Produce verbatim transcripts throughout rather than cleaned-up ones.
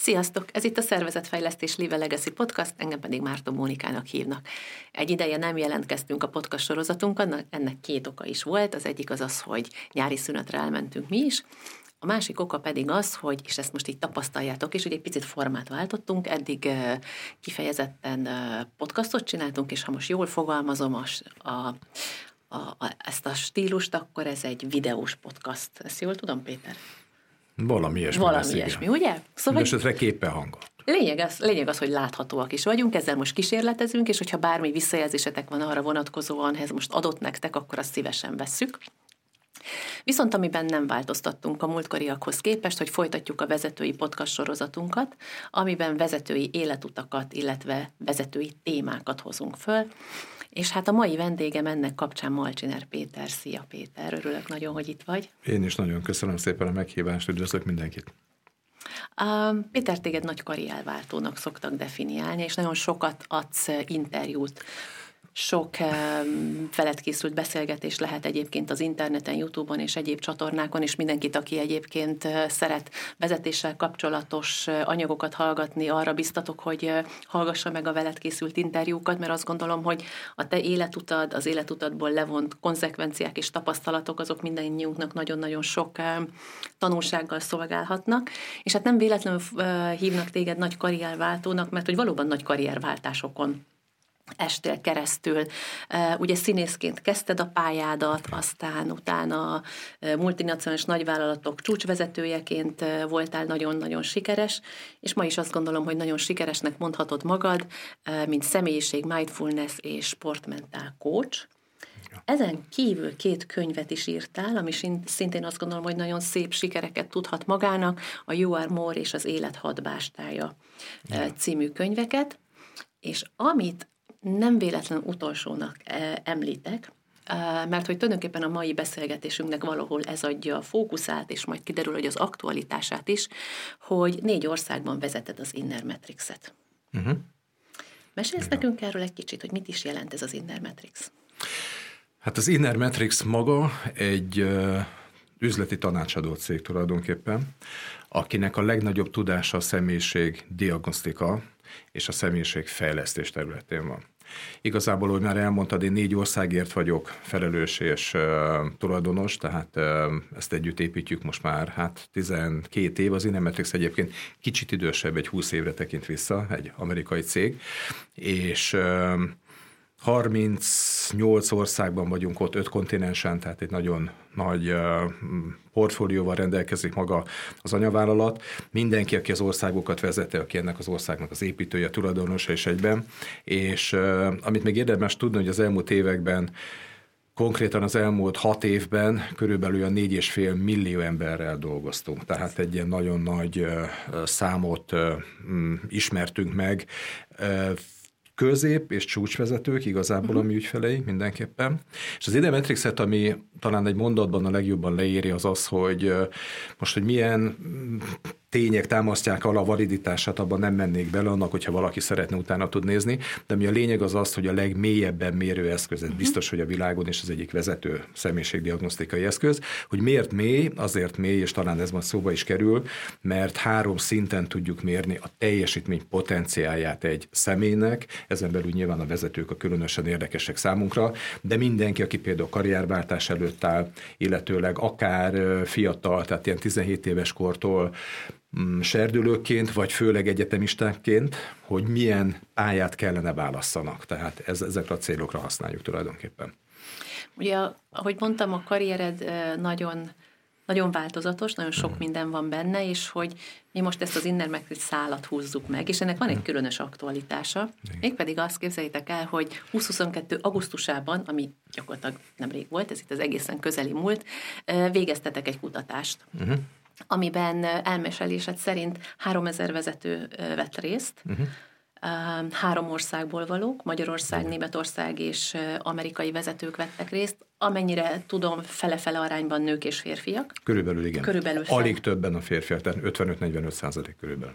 Sziasztok! Ez itt a Szervezetfejlesztés Live Legacy Podcast, engem pedig Márton Mónikának hívnak. Egy ideje nem jelentkeztünk a podcast sorozatunkon, ennek két oka is volt. Az egyik az az, hogy nyári szünetre elmentünk mi is. A másik oka pedig az, hogy, és ezt most így tapasztaljátok is, hogy egy picit formát váltottunk, eddig kifejezetten podcastot csináltunk, és ha most jól fogalmazom a, a, a, a, ezt a stílust, akkor ez egy videós podcast. Ezt jól tudom, Péter? Valami ilyesmi. Valami lesz, ilyesmi, igen. ugye? Szóval Mindenesetre képpel hangol. Lényeg az, lényeg az, hogy láthatóak is vagyunk, ezzel most kísérletezünk, és hogyha bármi visszajelzésetek van arra vonatkozóan, ez most adott nektek, akkor azt szívesen vesszük. Viszont amiben nem változtattunk a múltkoriakhoz képest, hogy folytatjuk a vezetői podcast sorozatunkat, amiben vezetői életutakat, illetve vezetői témákat hozunk föl. És hát a mai vendégem ennek kapcsán Malcsiner Péter. Szia Péter, örülök nagyon, hogy itt vagy. Én is nagyon köszönöm szépen a meghívást, üdvözlök mindenkit. Uh, Péter, téged nagy karrierváltónak szoktak definiálni, és nagyon sokat adsz interjút. Sok um, veled készült beszélgetés lehet egyébként az interneten, YouTube-on és egyéb csatornákon, és mindenkit, aki egyébként uh, szeret vezetéssel kapcsolatos uh, anyagokat hallgatni, arra biztatok, hogy uh, hallgassa meg a veled készült interjúkat, mert azt gondolom, hogy a te életutad, az életutadból levont konzekvenciák és tapasztalatok, azok mindannyiunknak nagyon-nagyon sok uh, tanulsággal szolgálhatnak, és hát nem véletlenül uh, hívnak téged nagy karrierváltónak, mert hogy valóban nagy karrierváltásokon estél keresztül. Ugye színészként kezdted a pályádat, aztán utána multinacionális nagyvállalatok csúcsvezetőjeként voltál nagyon-nagyon sikeres, és ma is azt gondolom, hogy nagyon sikeresnek mondhatod magad, mint személyiség, mindfulness és sportmentál coach. Ezen kívül két könyvet is írtál, ami szintén azt gondolom, hogy nagyon szép sikereket tudhat magának, a You Are More és az Élet hat bástája című könyveket, és amit nem véletlen utolsónak említek, mert hogy tulajdonképpen a mai beszélgetésünknek valahol ez adja a fókuszát, és majd kiderül, hogy az aktualitását is, hogy négy országban vezeted az Inner Matrix-et. Uh-huh. Mesélsz Igen. nekünk erről egy kicsit, hogy mit is jelent ez az Inner Matrix? Hát az Inner Matrix maga egy uh, üzleti tanácsadó cég tulajdonképpen, akinek a legnagyobb tudása a személyiség diagnosztika és a személyiség fejlesztés területén van. Igazából, hogy már elmondtad, én négy országért vagyok felelős és uh, tulajdonos, tehát uh, ezt együtt építjük most már hát tizenkét év. Az Inner Matrix egyébként kicsit idősebb, egy húsz évre tekint vissza, egy amerikai cég, és uh, harmincnyolc országban vagyunk ott, öt kontinensen, tehát egy nagyon nagy uh, portfólióval rendelkezik maga az anyavállalat. Mindenki, aki az országokat vezette, aki ennek az országnak az építője, tulajdonosa és egyben. És uh, amit még érdemes tudni, hogy az elmúlt években, konkrétan az elmúlt hat évben körülbelül olyan négy és fél millió emberrel dolgoztunk. Tehát egy ilyen nagyon nagy uh, számot uh, ismertünk meg, uh, közép- és csúcsvezetők igazából a mi ügyfeleink mindenképpen. És az Inner Matrix-et, ami talán egy mondatban a legjobban leírja, az az, hogy most, hogy milyen tények támasztják alá a validitását, abban nem mennék bele annak, hogyha valaki szeretne utána tud nézni, de mi a lényeg az az, hogy a legmélyebben mérő eszköz, ez biztos, hogy a világon is az egyik vezető személyiségdiagnosztikai eszköz, hogy miért mély, azért mély, és talán ez majd szóba is kerül, mert három szinten tudjuk mérni a teljesítmény potenciálját egy személynek, ezen belül nyilván a vezetők a különösen érdekesek számunkra, de mindenki, aki például karrierváltás előtt áll, illetőleg akár fiatal, tehát ilyen tizenhét éves kortól serdülőként, vagy főleg egyetemistákként, hogy milyen pályát kellene válasszanak. Tehát ez, ezekre a célokra használjuk tulajdonképpen. Ugye, ahogy mondtam, a karriered nagyon, nagyon változatos, nagyon sok hmm. minden van benne, és hogy mi most ezt az Inner Matrix szálat húzzuk meg, és ennek van egy különös aktualitása. Mégpedig azt képzeljétek el, hogy húsz-huszonkettő augusztusában, ami gyakorlatilag nemrég volt, ez itt az egészen közeli múlt, végeztetek egy kutatást. Uh-huh. amiben elmesélésed szerint háromezer vezető vett részt, uh-huh. három országból valók, Magyarország, uh-huh. Németország és amerikai vezetők vettek részt, amennyire tudom, fele-fele arányban nők és férfiak. Körülbelül igen. Körülbelül Alig többen a férfiak, tehát ötvenöt-negyvenöt százalék körülbelül.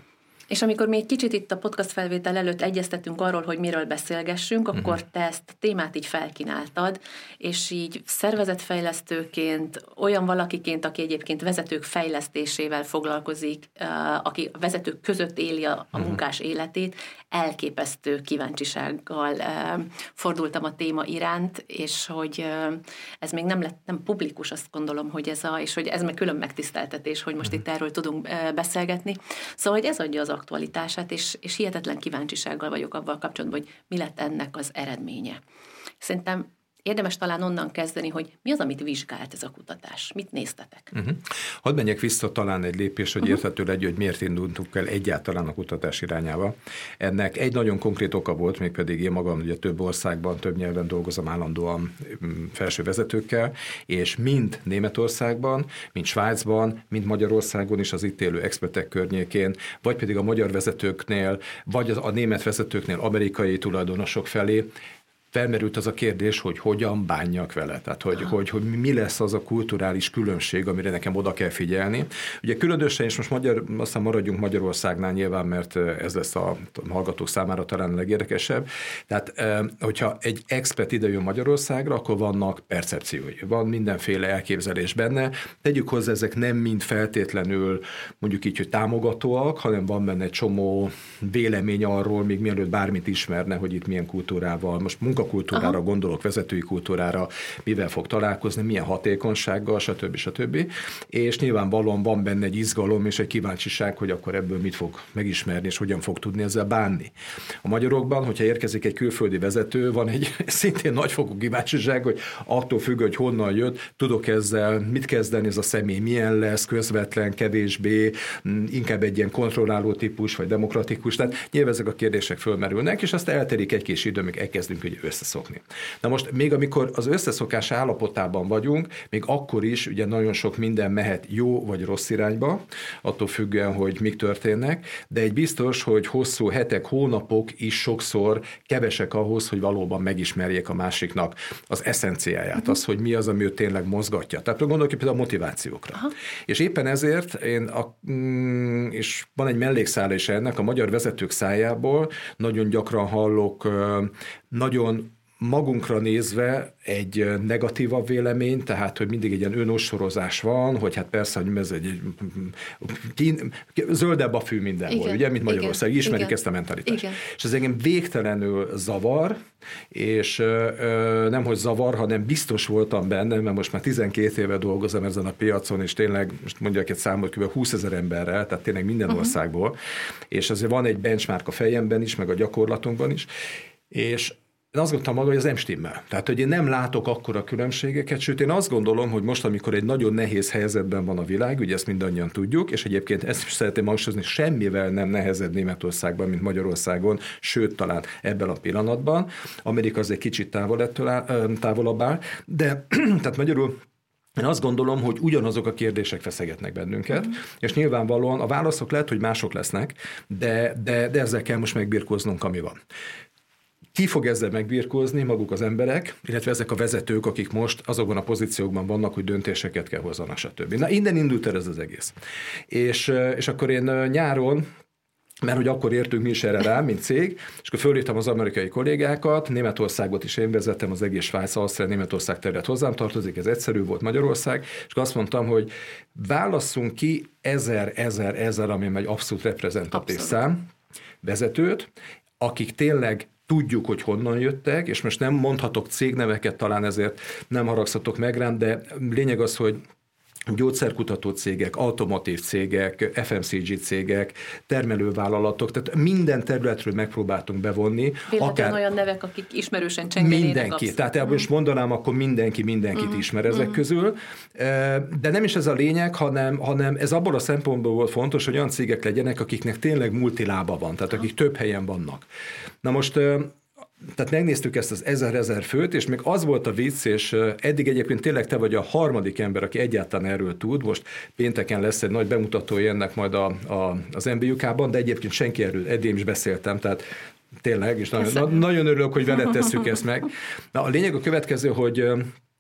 És amikor még kicsit itt a podcast felvétel előtt egyeztetünk arról, hogy miről beszélgessünk, akkor uh-huh. te ezt a témát így felkínáltad, és így szervezetfejlesztőként, olyan valakiként, aki egyébként vezetők fejlesztésével foglalkozik, aki vezetők között éli a, a munkás életét, elképesztő kíváncsisággal fordultam a téma iránt, és hogy ez még nem lett nem publikus, azt gondolom, hogy ez a, és hogy ez meg külön megtiszteltetés, hogy most itt erről tudunk beszélgetni. Szóval, hogy ez adja az aktualitását, és, és hihetetlen kíváncsisággal vagyok abban kapcsolatban, hogy mi lett ennek az eredménye. Szerintem érdemes talán onnan kezdeni, hogy mi az, amit vizsgált ez a kutatás? Mit néztetek? Uh-huh. Hadd menjek vissza talán egy lépés, hogy uh-huh. érthető legyen, hogy miért indultunk el egyáltalán a kutatás irányába. Ennek egy nagyon konkrét oka volt, mégpedig én magam ugye több országban, több nyelven dolgozom állandóan felső vezetőkkel, és mind Németországban, mind Svájcban, mind Magyarországon is az itt élő expertek környékén, vagy pedig a magyar vezetőknél, vagy a német vezetőknél amerikai tulajdonosok felé felmerült az a kérdés, hogy hogyan bánjak vele, tehát hogy, hogy, hogy mi lesz az a kulturális különbség, amire nekem oda kell figyelni. Ugye különösen, és most magyar, aztán maradjunk Magyarországnál nyilván, mert ez lesz a hallgatók számára talán a legérdekesebb. Tehát, hogyha egy expert ide jön Magyarországra, akkor vannak percepciói, van mindenféle elképzelés benne. Tegyük hozzá, ezek nem mind feltétlenül mondjuk így, hogy támogatóak, hanem van benne egy csomó vélemény arról, még mielőtt bármit ismerne, hogy itt milyen kultúrával, most munkakultúrára Aha. gondolok, vezetői kultúrára, mivel fog találkozni, milyen hatékonysággal, stb. stb. És nyilvánvalóan van benne egy izgalom és egy kíváncsiság, hogy akkor ebből mit fog megismerni, és hogyan fog tudni ezzel bánni. A magyarokban, hogyha érkezik egy külföldi vezető, van egy szintén nagyfokú kíváncsiság, hogy attól függ, hogy honnan jött, tudok ezzel mit kezdeni, ez a személy milyen lesz, közvetlen, kevésbé, inkább egy ilyen kontrolláló típus, vagy demokratikus. Tehát nyilván ezek a kérdések fölmerülnek, és azt elterik egy kis idő, amíg elkezdünk ugye összeszokni. Na most még amikor az összeszokás állapotában vagyunk, még akkor is ugye nagyon sok minden mehet jó vagy rossz irányba, attól függően, hogy mik történnek, de egy biztos, hogy hosszú hetek, hónapok is sokszor kevesek ahhoz, hogy valóban megismerjék a másiknak az eszenciáját, uh-huh. az, hogy mi az, ami őt tényleg mozgatja. Tehát gondolok például a motivációkra. Aha. És éppen ezért én, a, és van egy mellékszála is ennek, a magyar vezetők szájából nagyon gyakran hallok nagyon magunkra nézve egy negatívabb vélemény, tehát, hogy mindig egy ilyen önossorozás van, hogy hát persze, hogy ez egy kín, zöldebb a fű mindenhol, igen, ugye, mint Magyarország, igen, ismerjük igen, ezt a mentalitást. Igen. És ez engem végtelenül zavar, és ö, nem, hogy zavar, hanem biztos voltam benne, mert most már tizenkét éve dolgozom ezen a piacon, és tényleg, most mondjak egy számot, kb. húszezer emberrel, tehát tényleg minden uh-huh. országból, és azért van egy benchmark a fejemben is, meg a gyakorlatunkban is, és én azt gondoltam maga, hogy ez nem stimmel. Tehát, hogy én nem látok akkora különbségeket, sőt, én azt gondolom, hogy most, amikor egy nagyon nehéz helyzetben van a világ, ugye ezt mindannyian tudjuk, és egyébként ezt is szeretném hangsúlyozni, semmivel nem nehezebb Németországban, mint Magyarországon, sőt, talán ebben a pillanatban. Amerika az egy kicsit távolabb áll, de tehát magyarul én azt gondolom, hogy ugyanazok a kérdések feszegetnek bennünket, mm. és nyilvánvalóan a válaszok lehet, hogy mások lesznek, de, de, de ezzel kell most megbirkóznunk, ami van. Ki fog ezzel megbirkózni? Maguk az emberek, illetve ezek a vezetők, akik most azokban a pozíciókban vannak, hogy döntéseket kell hozzanak, stb. Na, innen indult el ez az egész. És, és akkor én nyáron, mert hogy akkor értünk mi is erre rá, mint cég, és akkor fölírtam az amerikai kollégákat, Németországot is én vezettem, az egész Svájc, Ausztria, Németország terület hozzám tartozik, ez egyszerű volt, Magyarország, és akkor azt mondtam, hogy válasszunk ki ezer, ezer, ezer, ami egy abszolút reprezentatív abszolút. szám vezetőt, akik tényleg tudjuk, hogy honnan jöttek, és most nem mondhatok cégneveket, talán ezért nem haragszatok meg rám, de lényeg az, hogy gyógyszerkutató cégek, automotív cégek, ef em cé gé cégek, termelővállalatok, tehát minden területről megpróbáltunk bevonni. Akár olyan nevek, akik ismerősen csengenének. Mindenki. Abszolút. Tehát ebből is mondanám, akkor mindenki mindenkit uh-huh. ismer ezek uh-huh. közül. De nem is ez a lényeg, hanem, hanem ez abból a szempontból volt fontos, hogy olyan cégek legyenek, akiknek tényleg multilába van, tehát akik uh-huh. több helyen vannak. Na most tehát megnéztük ezt az ezer-ezer főt, és még az volt a vicc, és eddig egyébként tényleg te vagy a harmadik ember, aki egyáltalán erről tud. Most pénteken lesz egy nagy bemutatója ennek majd a, a, az em bé u ká-ban, de egyébként senki erről, eddig is beszéltem, tehát tényleg, és nagyon, nagyon örülök, hogy veled tesszük ezt meg. Na, a lényeg a következő, hogy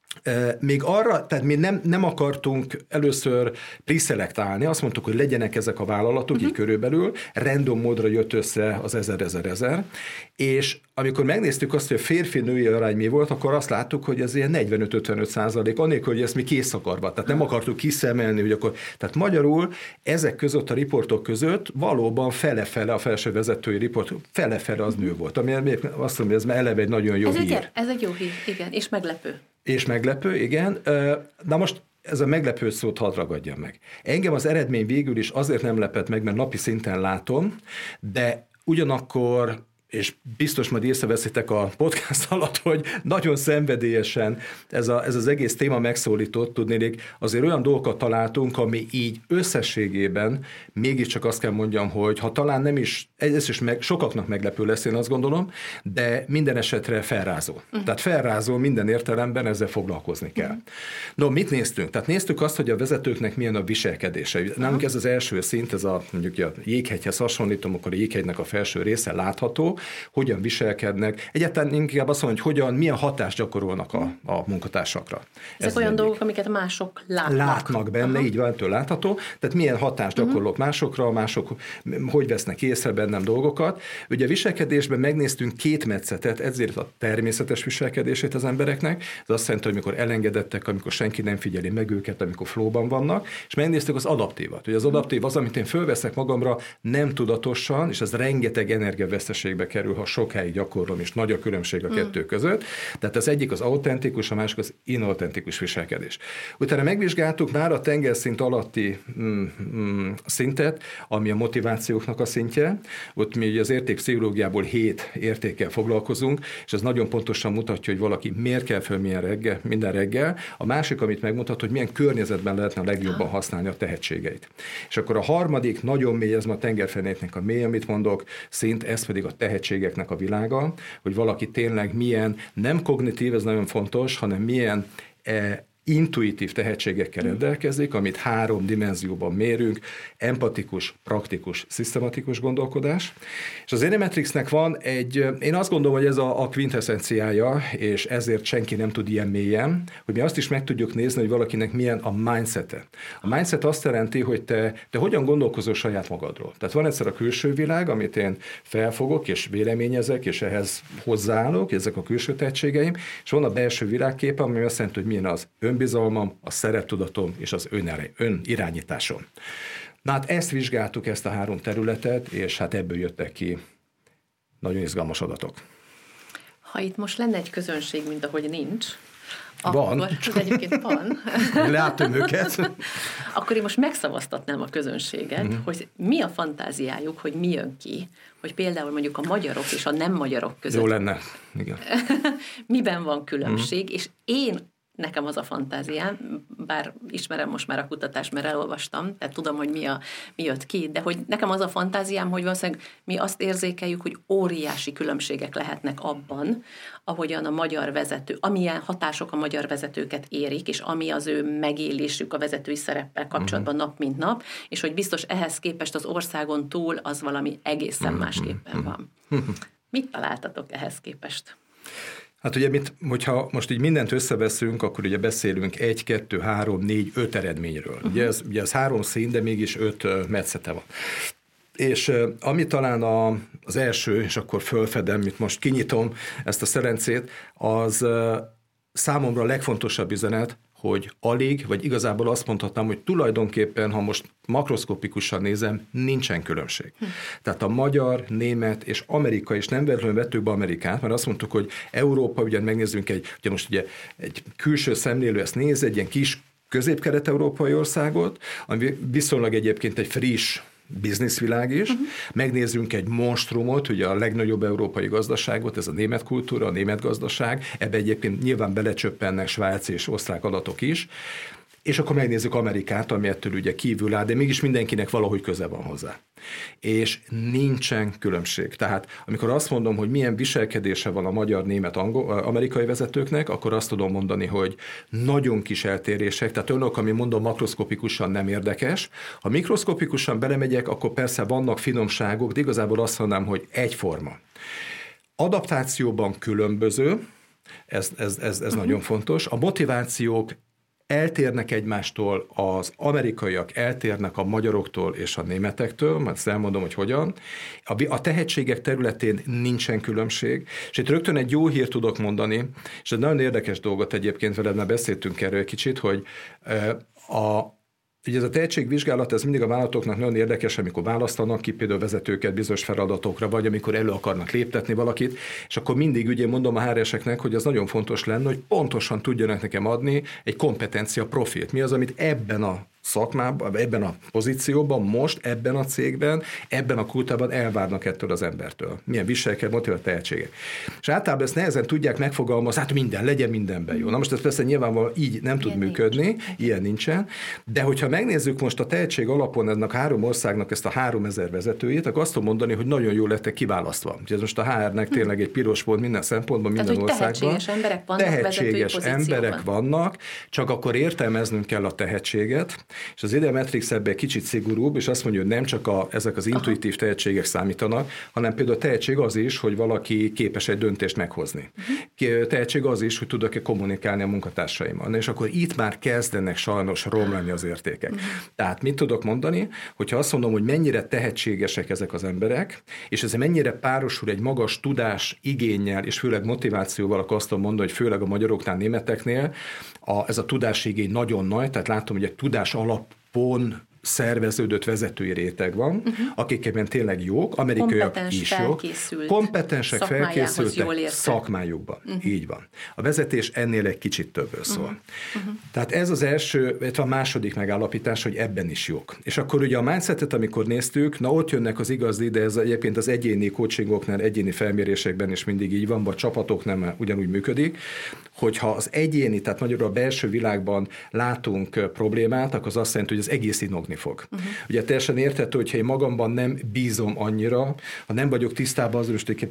Még arra, tehát mi nem, nem akartunk először priszelektálni, azt mondtuk, hogy legyenek ezek a vállalatok, uh-huh. így körülbelül, random módra jött össze az ezer-ezer-ezer, és amikor megnéztük azt, hogy a férfi-női arány mi volt, akkor azt láttuk, hogy ez ilyen negyvenöt-ötvenöt százalék, annélkül, hogy ezt mi készakarva, tehát nem akartuk kiszemelni, hogy akkor, tehát magyarul ezek között a riportok között valóban fele-fele a felső vezetői riport, fele-fele az nő volt, ami azt mondom, hogy ez már eleve egy nagyon jó ez hír. Egy, ez egy jó hír, igen, és meglepő. És meglepő, igen. Na most ez a meglepő szót hadd ragadjam meg. Engem az eredmény végül is azért nem lepett meg, mert napi szinten látom, de ugyanakkor, és biztos majd észreveszitek a podcast alatt, hogy nagyon szenvedélyesen ez, a, ez az egész téma megszólított, tudnélik, azért olyan dolgokat találtunk, ami így összességében mégiscsak azt kell mondjam, hogy ha talán nem is, ez is meg, sokaknak meglepő lesz, én azt gondolom, de minden esetre felrázó. Uh-huh. Tehát felrázó minden értelemben, ezzel foglalkozni kell. Uh-huh. No, mit néztünk? Tehát néztük azt, hogy a vezetőknek milyen a viselkedése. Uh-huh. Nálunk ez az első szint, ez a, mondjuk a jéghegyhez hasonlítom, akkor a jéghegynek a felső része látható, hogyan viselkednek. Egyáltalán inkább azt mondom, hogy hogyan, milyen hatást gyakorolnak a, a munkatársakra. Ezek Ez olyan egyik. dolgok, amiket mások látnak. Látnak benne, Aha. így van, től látható. Tehát milyen hatást gyakorolok uh-huh. másokra, mások hogy vesznek észre bennem dolgokat. Ugye a viselkedésben megnéztünk két metszetet, ezért a természetes viselkedését az embereknek. Ez azt jelenti, hogy amikor elengedettek, amikor senki nem figyeli meg őket, amikor flowban vannak, és megnéztük az adaptívat. Ugye az adaptív az, amit én fölveszek magamra nem tudatosan, és ez rengeteg energiaveszteségbe kerül, ha sokáig gyakorlom, és nagy a különbség a kettő között. Tehát az egyik az autentikus, a másik az inautentikus viselkedés. Utána megvizsgáltuk már a tengerszint alatti mm, mm, szintet, ami a motivációknak a szintje. Ott mi ugye az értékpszichológiából hét értékkel foglalkozunk, és ez nagyon pontosan mutatja, hogy valaki miért kell föl milyen reggel, minden reggel. A másik, amit megmutat, hogy milyen környezetben lehetne a legjobban használni a tehetségeit. És akkor a harmadik, nagyon mély, ez ma a tengerfenéknek a mély, amit mondok, szint, ez pedig a tehetségeknek a világa, hogy valaki tényleg milyen, nem kognitív, ez nagyon fontos, hanem milyen eh, intuitív tehetségekkel rendelkezik, amit három dimenzióban mérünk, empatikus, praktikus, szisztematikus gondolkodás. És az Animatrixnek van egy, én azt gondolom, hogy ez a, a quintessenciája, és ezért senki nem tud ilyen mélyen, hogy mi azt is meg tudjuk nézni, hogy valakinek milyen a mindsete. A mindset azt jelenti, hogy te, te hogyan gondolkozol saját magadról. Tehát van egyszer a külső világ, amit én felfogok, és véleményezek, és ehhez hozzáállok, ezek a külső tehetségeim, és van a belső világképe, ami azt jelenti, hogy milyen az önbizalmam, a szereptudatom és az önirányításom. Na hát ezt vizsgáltuk, ezt a három területet, és hát ebből jöttek ki nagyon izgalmas adatok. Ha itt most lenne egy közönség, mint ahogy nincs, van. Akkor, de egyébként van. Látom őket. Akkor én most megszavaztatnám a közönséget, uh-huh. hogy mi a fantáziájuk, hogy mi jön ki, hogy például mondjuk a magyarok és a nem magyarok között. Jó lenne, igen. Miben van különbség, uh-huh. és én nekem az a fantáziám, bár ismerem most már a kutatást, mert elolvastam, tehát tudom, hogy mi, a, mi jött ki, de hogy nekem az a fantáziám, hogy valószínűleg mi azt érzékeljük, hogy óriási különbségek lehetnek abban, ahogyan a magyar vezető, amilyen hatások a magyar vezetőket érik, és ami az ő megélésük a vezetői szereppel kapcsolatban uh-huh. nap mint nap, és hogy biztos ehhez képest az országon túl az valami egészen uh-huh. másképpen van. Uh-huh. Mit találtatok ehhez képest? Hát ugye, mit, hogyha most így mindent összeveszünk, akkor ugye beszélünk egy, kettő, három, négy, öt eredményről. Uh-huh. Ugye, ez, ugye ez három szín, de mégis öt uh, metszete van. És uh, ami talán a, az első, és akkor fölfedem, itt most kinyitom ezt a szerencét, az uh, számomra a legfontosabb üzenet, hogy alig, vagy igazából azt mondhatnám, hogy tulajdonképpen, ha most makroszkopikusan nézem, nincsen különbség. Hm. Tehát a magyar, német és Amerika is, nem véletlenül vettük be Amerikát, mert azt mondtuk, hogy Európa, ugyan megnézzünk egy, ugye most ugye egy külső szemlélő ezt néz, egy ilyen kis közép-kelet-európai országot, ami viszonylag egyébként egy friss bizniszvilág is. Uh-huh. Megnézzünk egy monstrumot, ugye a legnagyobb európai gazdaságot, ez a német kultúra, a német gazdaság, ebbe egyébként nyilván belecsöppennek svájci és osztrák adatok is, és akkor megnézzük Amerikát, ami ettől ugye kívül áll, de mégis mindenkinek valahogy köze van hozzá. És nincsen különbség. Tehát amikor azt mondom, hogy milyen viselkedése van a magyar, német, angol, amerikai vezetőknek, akkor azt tudom mondani, hogy nagyon kis eltérések, tehát önök, ami mondom, makroszkopikusan nem érdekes. Ha mikroszkopikusan belemegyek, akkor persze vannak finomságok, de igazából azt mondanám, hogy egyforma. Adaptációban különböző, Ez, ez, ez, ez uh-huh. nagyon fontos. A motivációk eltérnek egymástól, az amerikaiak eltérnek a magyaroktól és a németektől, majd ezt elmondom, hogy hogyan. A, a tehetségek területén nincsen különbség, és itt rögtön egy jó hírt tudok mondani, és egy nagyon érdekes dolgot egyébként veled, már beszéltünk erről egy kicsit, hogy a Ugye ez a tehetségvizsgálat, ez mindig a vállalatoknak nagyon érdekes, amikor választanak ki például vezetőket bizonyos feladatokra, vagy amikor elő akarnak léptetni valakit, és akkor mindig ugye mondom a há er eseknek, hogy az nagyon fontos lenne, hogy pontosan tudjanak nekem adni egy kompetencia profilt. Mi az, amit ebben a szakmában, ebben a pozícióban, most, ebben a cégben, ebben a kultúrában elvárnak ettől az embertől. Milyen viselkedő, motivált tehetségek. És általában ezt nehezen tudják megfogalmazni, hát minden, legyen mindenben jó. Na most ez persze nyilvánvalóan így nem tud ilyen működni, nincs. Ilyen nincsen, de hogyha megnézzük most a tehetség alapon ennek három országnak ezt a háromezer vezetőjét, akkor azt tudom mondani, hogy nagyon jól lettek kiválasztva. Úgyhogy ez most a há er-nek tényleg egy piros volt minden szempontból, minden Tehát, országban. Tehetséges emberek vannak, tehetséges emberek vannak, csak akkor értelmeznünk kell a tehetséget. És az Ideametrix ebben kicsit szigorúbb, és azt mondja, hogy nem csak a, ezek az intuitív Aha. tehetségek számítanak, hanem például a tehetség az is, hogy valaki képes egy döntést meghozni. Uh-huh. Tehetség az is, hogy tudok-e kommunikálni a munkatársaimmal. És akkor itt már kezdenek sajnos romlani az értékek. Uh-huh. Tehát mit tudok mondani, hogyha azt mondom, hogy mennyire tehetségesek ezek az emberek, és ez mennyire párosul egy magas tudás igénnyel, és főleg motivációval, akkor azt tudom mondani, hogy főleg a magyaroknál, németeknél a, ez a tudásigény nagyon nagy, tehát látom, hogy egy tudás alapon szerveződött vezetői réteg van, uh-huh. akik ebben tényleg jók, amerikaiak is jók, kompetensek, felkészültek szakmájukban. Uh-huh. Így van. A vezetés ennél egy kicsit többről szól. Uh-huh. Uh-huh. Tehát ez az első, illetve a második megállapítás, hogy ebben is jók. És akkor ugye a mindsetet, amikor néztük, na ott jönnek az igazi, de ez egyébként az egyéni coachingoknál, egyéni felmérésekben is mindig így van, vagy csapatoknál ugyanúgy működik, hogyha az egyéni, tehát magyarul a belső világban látunk problémát, akkor az azt jelenti, hogy az egész inogni fog. Uh-huh. Ugye teljesen érthető, hogyha én magamban nem bízom annyira, ha nem vagyok tisztában azzal, hogy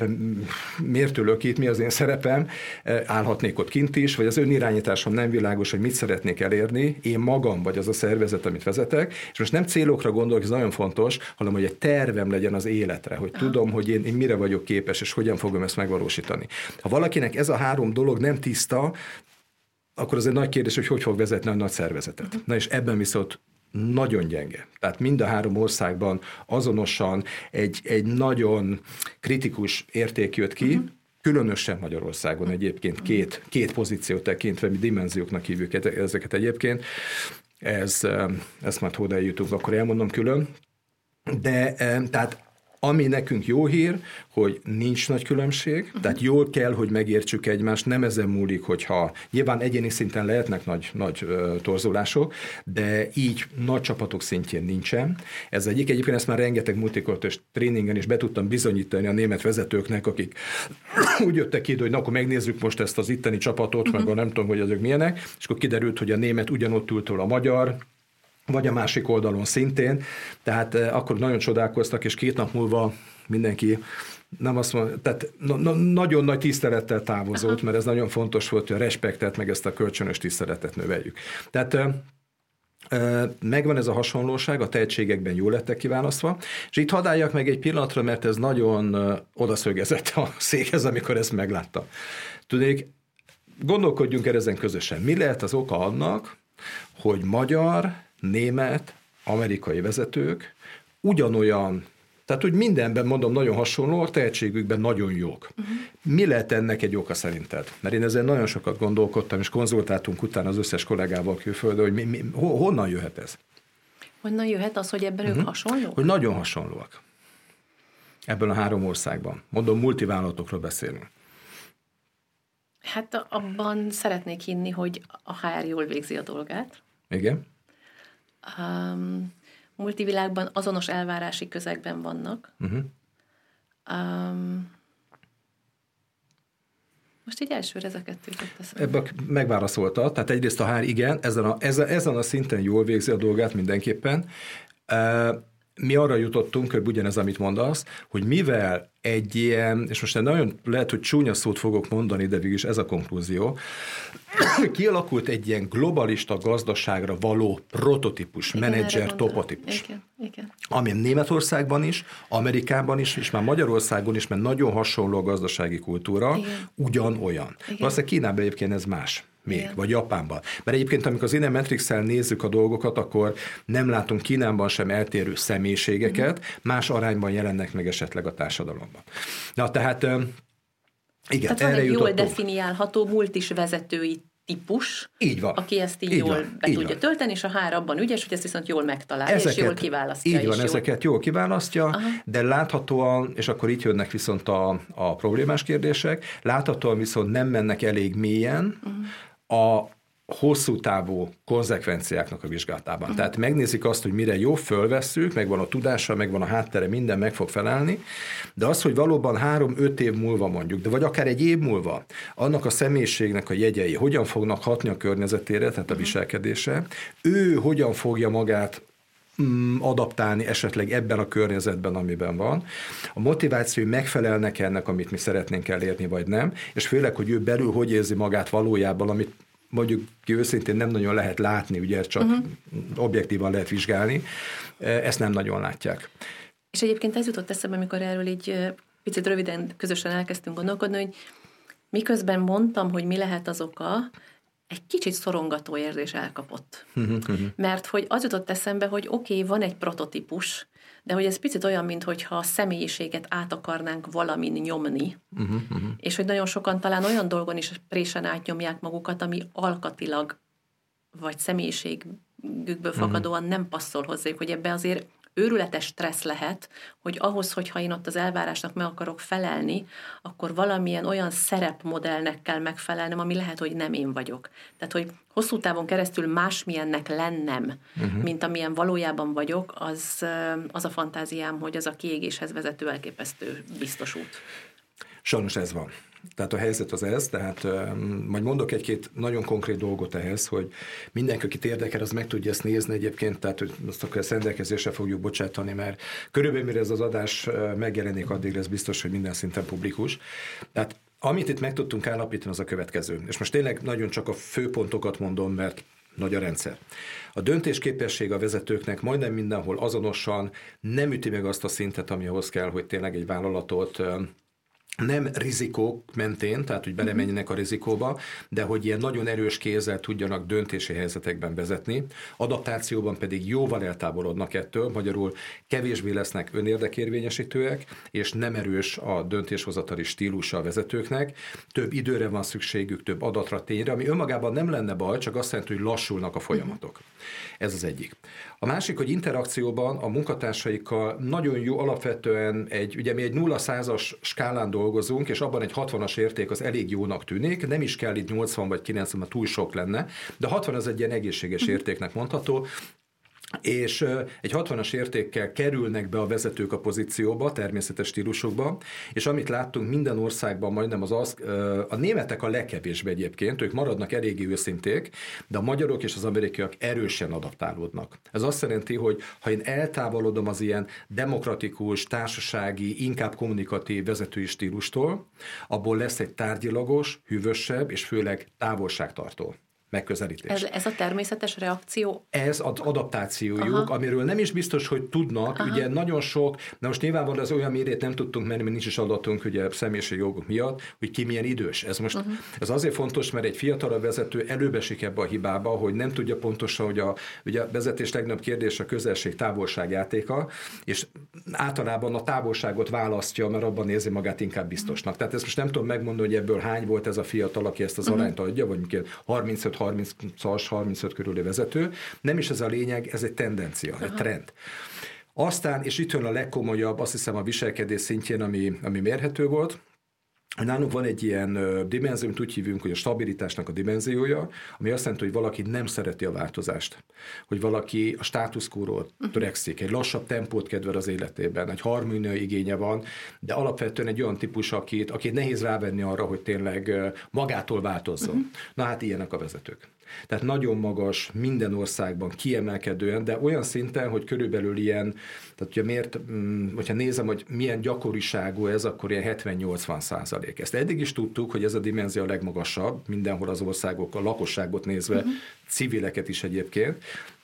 miért ülök itt, mi az én szerepem, állhatnék ott kint is, vagy az önirányításom nem világos, hogy mit szeretnék elérni, én magam vagy az a szervezet, amit vezetek, és most nem célokra gondolok, ez nagyon fontos, hanem hogy egy tervem legyen az életre, hogy uh-huh. tudom, hogy én, én mire vagyok képes, és hogyan fogom ezt megvalósítani. Ha valakinek ez a három dolog nem tiszta, akkor az egy nagy kérdés, hogy hogy fog vezetni a nagy szervezetet. Uh-huh. Na és ebben viszont nagyon gyenge. Tehát mind a három országban azonosan egy, egy nagyon kritikus érték jött ki, uh-huh. különösen Magyarországon egyébként két, két pozíciót tekintve, mi dimenzióknak hívjuk ezeket egyébként. Ez, ezt már hóda eljutunk, akkor elmondom külön. De tehát ami nekünk jó hír, hogy nincs nagy különbség, uh-huh. tehát jól kell, hogy megértsük egymást, nem ezen múlik, hogyha nyilván egyéni szinten lehetnek nagy, nagy uh, torzulások, de így nagy csapatok szintjén nincsen. Ez egyik, egyébként ezt már rengeteg multikultúrás tréningen is be tudtam bizonyítani a német vezetőknek, akik úgy jöttek ki, hogy na, akkor megnézzük most ezt az itteni csapatot, uh-huh. meg nem tudom, hogy azok milyenek, és akkor kiderült, hogy a német ugyanott ültől a magyar, vagy a másik oldalon szintén, tehát eh, akkor nagyon csodálkoztak, és két nap múlva mindenki nem azt mondja, tehát na, na, nagyon nagy tisztelettel távozott, Aha. mert ez nagyon fontos volt, hogy a respektet, meg ezt a kölcsönös tiszteletet növeljük. Tehát eh, eh, megvan ez a hasonlóság, a tehetségekben jól lettek kiválasztva, és itt hadd álljak meg egy pillanatra, mert ez nagyon eh, odaszögezett a székhez, amikor ezt megláttam. Tudnék, gondolkodjunk el ezen közösen. Mi lehet az oka annak, hogy magyar, német, amerikai vezetők ugyanolyan, tehát úgy mindenben mondom nagyon hasonló, a tehetségükben nagyon jók. Uh-huh. Mi lehet ennek egy oka szerinted? Mert én ezen nagyon sokat gondolkodtam, és konzultáltunk utána az összes kollégával külföldön, hogy mi, mi, honnan jöhet ez? Honnan jöhet az, hogy ebben uh-huh. ők hasonlók? Hogy nagyon hasonlóak. Ebben a három országban. Mondom, multivállalatokról beszélünk. Hát abban szeretnék hinni, hogy a há er jól végzi a dolgát. Igen. Um, multivilágban azonos elvárási közegben vannak. Uh-huh. Um, most így elsőre ezeket jutott eszembe. Ebben megválaszolta. Tehát egyrészt a há er igen, ezen a, ezen, ezen a szinten jól végzi a dolgát mindenképpen. Uh, mi arra jutottunk, hogy ugyanez, amit mondasz, hogy mivel egy ilyen, és most nagyon lehet, hogy csúnya szót fogok mondani, de végülis ez a konklúzió, kialakult egy ilyen globalista gazdaságra való prototípus, menedzser, topotípus. Igen, igen. ami Németországban is, Amerikában is, és már Magyarországon is, mert nagyon hasonló a gazdasági kultúra, igen. ugyanolyan. Valószínűleg Kínában egyébként ez más. Még, igen. vagy Japánban. Mert egyébként, amikor az innen Matrix-el nézzük a dolgokat, akkor nem látunk Kínában sem eltérő személyiségeket, uh-huh. más arányban jelennek meg esetleg a társadalomban. Na, tehát igen, tehát van egy jutottunk. jól definiálható multis vezetői típus, így van. aki ezt így, így jól van. be így tudja van. tölteni, és a hár abban ügyes, hogy ezt viszont jól megtalálja, ezeket, és jól kiválasztja. Így van, jól... ezeket jól kiválasztja, aha. de láthatóan, és akkor itt jönnek viszont a, a problémás kérdések, láthatóan viszont nem mennek elég mélyen uh-huh. a hosszú távú konzekvenciáknak a vizsgálatában. Uh-huh. Tehát megnézik azt, hogy mire jó, fölvesszük, megvan a tudása, megvan a háttere, minden meg fog felelni, de az, hogy valóban három-öt év múlva mondjuk, de vagy akár egy év múlva, annak a személyiségnek a jegyei hogyan fognak hatni a környezetére, tehát a uh-huh. viselkedése, ő hogyan fogja magát adaptálni esetleg ebben a környezetben, amiben van. A motiváció, hogy megfelelnek ennek, amit mi szeretnénk elérni, vagy nem, és főleg, hogy ő belül hogy érzi magát valójában, amit mondjuk ki őszintén nem nagyon lehet látni, ugye csak uh-huh. objektívan lehet vizsgálni, ezt nem nagyon látják. És egyébként ez jutott eszembe, amikor erről így picit röviden közösen elkezdtünk gondolkodni, hogy miközben mondtam, hogy mi lehet az oka, egy kicsit szorongató érzés elkapott. Uh-huh. Mert hogy az jutott eszembe, hogy oké, okay, van egy prototípus, de hogy ez picit olyan, mintha a személyiséget át akarnánk valamin nyomni, uh-huh, uh-huh. és hogy nagyon sokan talán olyan dolgon is présen átnyomják magukat, ami alkatilag vagy személyiségükből fakadóan uh-huh. nem passzol hozzájuk, hogy ebbe azért őrületes stressz lehet, hogy ahhoz, hogyha én ott az elvárásnak meg akarok felelni, akkor valamilyen olyan szerepmodellnek kell megfelelnem, ami lehet, hogy nem én vagyok. Tehát, hogy hosszú távon keresztül másmilyennek lennem, uh-huh. mint amilyen valójában vagyok, az, az a fantáziám, hogy az a kiégéshez vezető elképesztő biztos út. Sajnos ez van. Tehát a helyzet az ez, tehát um, majd mondok egy-két nagyon konkrét dolgot ehhez, hogy mindenki, akit érdekel, az meg tudja ezt nézni egyébként, tehát hogy azt akkor ezt rendelkezésre fogjuk bocsátani, mert körülbelül mire ez az adás megjelenik, addig lesz biztos, hogy minden szinten publikus. Tehát amit itt meg tudtunk állapítani, az a következő. És most tényleg nagyon csak a főpontokat mondom, mert nagy a rendszer. A döntésképesség a vezetőknek majdnem mindenhol azonosan nem üti meg azt a szintet, ami ahhoz kell, hogy tényleg egy vállalatot nem rizikók mentén, tehát hogy belemenjenek a rizikóba, de hogy ilyen nagyon erős kézzel tudjanak döntési helyzetekben vezetni, adaptációban pedig jóval eltávolodnak ettől, magyarul kevésbé lesznek önérdekérvényesítőek, és nem erős a döntéshozatali stílusa a vezetőknek, több időre van szükségük, több adatra, tényre, ami önmagában nem lenne baj, csak azt jelenti, hogy lassulnak a folyamatok. Ez az egyik. A másik, hogy interakcióban a munkatársaikkal nagyon jó alapvetően egy, ugye mi egy nulla százas skálán dolgozunk, és abban egy hatvanas érték az elég jónak tűnik, nem is kell itt nyolcvan vagy kilencven, mert túl sok lenne, de hatvan az egy ilyen egészséges értéknek mondható, és egy hatvanas értékkel kerülnek be a vezetők a pozícióba, természetes stílusokba, és amit láttunk minden országban majdnem az az, a németek a legkevésbé egyébként, ők maradnak eléggé őszinték, de a magyarok és az amerikaiak erősen adaptálódnak. Ez azt jelenti, hogy ha én eltávolodom az ilyen demokratikus, társasági, inkább kommunikatív vezetői stílustól, abból lesz egy tárgyilagos, hűvösebb és főleg távolságtartó megközelítés. Ez, ez a természetes reakció? Ez az adaptációjuk, aha. amiről nem is biztos, hogy tudnak, aha. ugye nagyon sok, de most nyilvánvalóan az olyan mérét nem tudtunk menni, mert nincs is adatunk ugye személyiségi jogok miatt, hogy ki milyen idős. Ez most uh-huh. ez azért fontos, mert egy fiatalabb vezető előbesik ebbe a hibába, hogy nem tudja pontosan, hogy a, ugye a vezetés legnagyobb kérdés a közelség-távolság játéka, és általában a távolságot választja, mert abban érzi magát inkább biztosnak. Tehát ezt most nem tudom megmondani, hogy ebből hány volt ez a fiatal, aki ezt az uh-huh. arányt adja, vagy harmincöt harmincas, harmincöt körüli vezető. Nem is ez a lényeg, ez egy tendencia, aha. egy trend. Aztán, és itt jön a legkomolyabb, azt hiszem a viselkedés szintjén, ami, ami mérhető volt, nálunk van egy ilyen dimenzió, amit úgy hívunk, hogy a stabilitásnak a dimenziója, ami azt jelenti, hogy valaki nem szereti a változást. Hogy valaki a status quo-ról törekszik, egy lassabb tempót kedvel az életében, egy harmónia igénye van, de alapvetően egy olyan típus, akit, akit nehéz rávenni arra, hogy tényleg magától változzon. Uh-huh. Na hát ilyenek a vezetők. Tehát nagyon magas, minden országban kiemelkedően, de olyan szinten, hogy körülbelül ilyen, tehát ugye miért, hogyha nézem, hogy milyen gyakoriságú ez, akkor ilyen hetven-nyolcvan százalék. Ezt eddig is tudtuk, hogy ez a dimenzió a legmagasabb, mindenhol az országok, a lakosságot nézve, uh-huh. civileket is egyébként.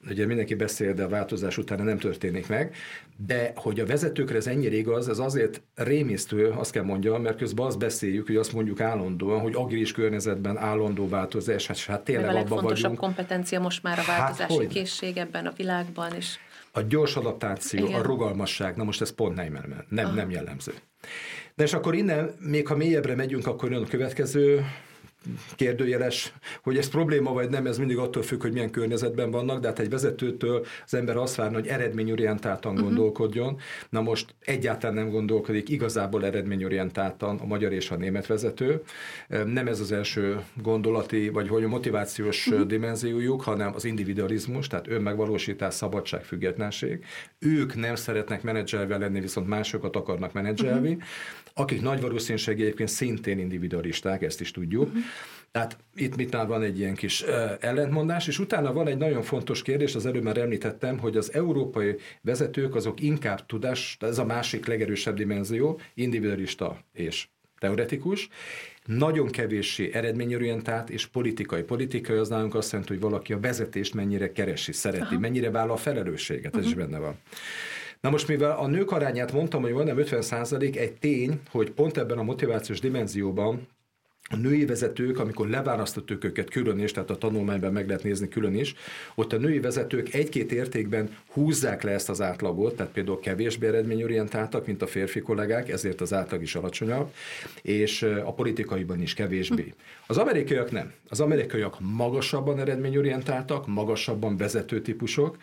ugye mindenki beszél, de a változás utána nem történik meg, de hogy a vezetőkre ez ennyire igaz, ez azért rémisztő, azt kell mondjam, mert közben azt beszéljük, hogy azt mondjuk állandóan, hogy agilis környezetben állandó változás, hát, hát tényleg abban vagyunk. A legfontosabb kompetencia most már a változási hát, készség ebben a világban is. A gyors adaptáció, igen. A rugalmasság, na most ez pont nem, nem, nem jellemző. De és akkor innen, még ha mélyebbre megyünk, akkor jön a következő kérdőjeles, hogy ez probléma vagy nem, ez mindig attól függ, hogy milyen környezetben vannak, de hát egy vezetőtől az ember azt várna, hogy eredményorientáltan uh-huh. gondolkodjon. Na most egyáltalán nem gondolkodik igazából eredményorientáltan a magyar és a német vezető. Nem ez az első gondolati, vagy hogy a motivációs uh-huh. dimenziójuk, hanem az individualizmus, tehát önmegvalósítás, szabadság, függetlenség. Ők nem szeretnek menedzselve lenni, viszont másokat akarnak menedzselni, uh-huh. akik nagy valószínűség egyébként szintén individualisták, ezt is tudjuk. Uh-huh. Tehát itt mit van egy ilyen kis uh, ellentmondás, és utána van egy nagyon fontos kérdés, az előbb már említettem, hogy az európai vezetők azok inkább tudás, ez a másik legerősebb dimenzió, individualista és teoretikus, nagyon kevéssé eredményorientált és politikai. Politikai az nálunk azt jelenti, hogy valaki a vezetést mennyire keresi, szereti, Aha. mennyire vállal a felelősséget, uh-huh. ez is benne van. Na most, mivel a nők arányát mondtam, hogy majdnem ötven százalék, egy tény, hogy pont ebben a motivációs dimenzióban a női vezetők, amikor leválasztottuk őket külön is, tehát a tanulmányban meg lehet nézni külön is, ott a női vezetők egy-két értékben húzzák le ezt az átlagot, tehát például kevésbé eredményorientáltak, mint a férfi kollégák, ezért az átlag is alacsonyabb, és a politikaiban is kevésbé. Az amerikaiak nem. Az amerikaiak magasabban eredményorientáltak, magasabban vezető típusok,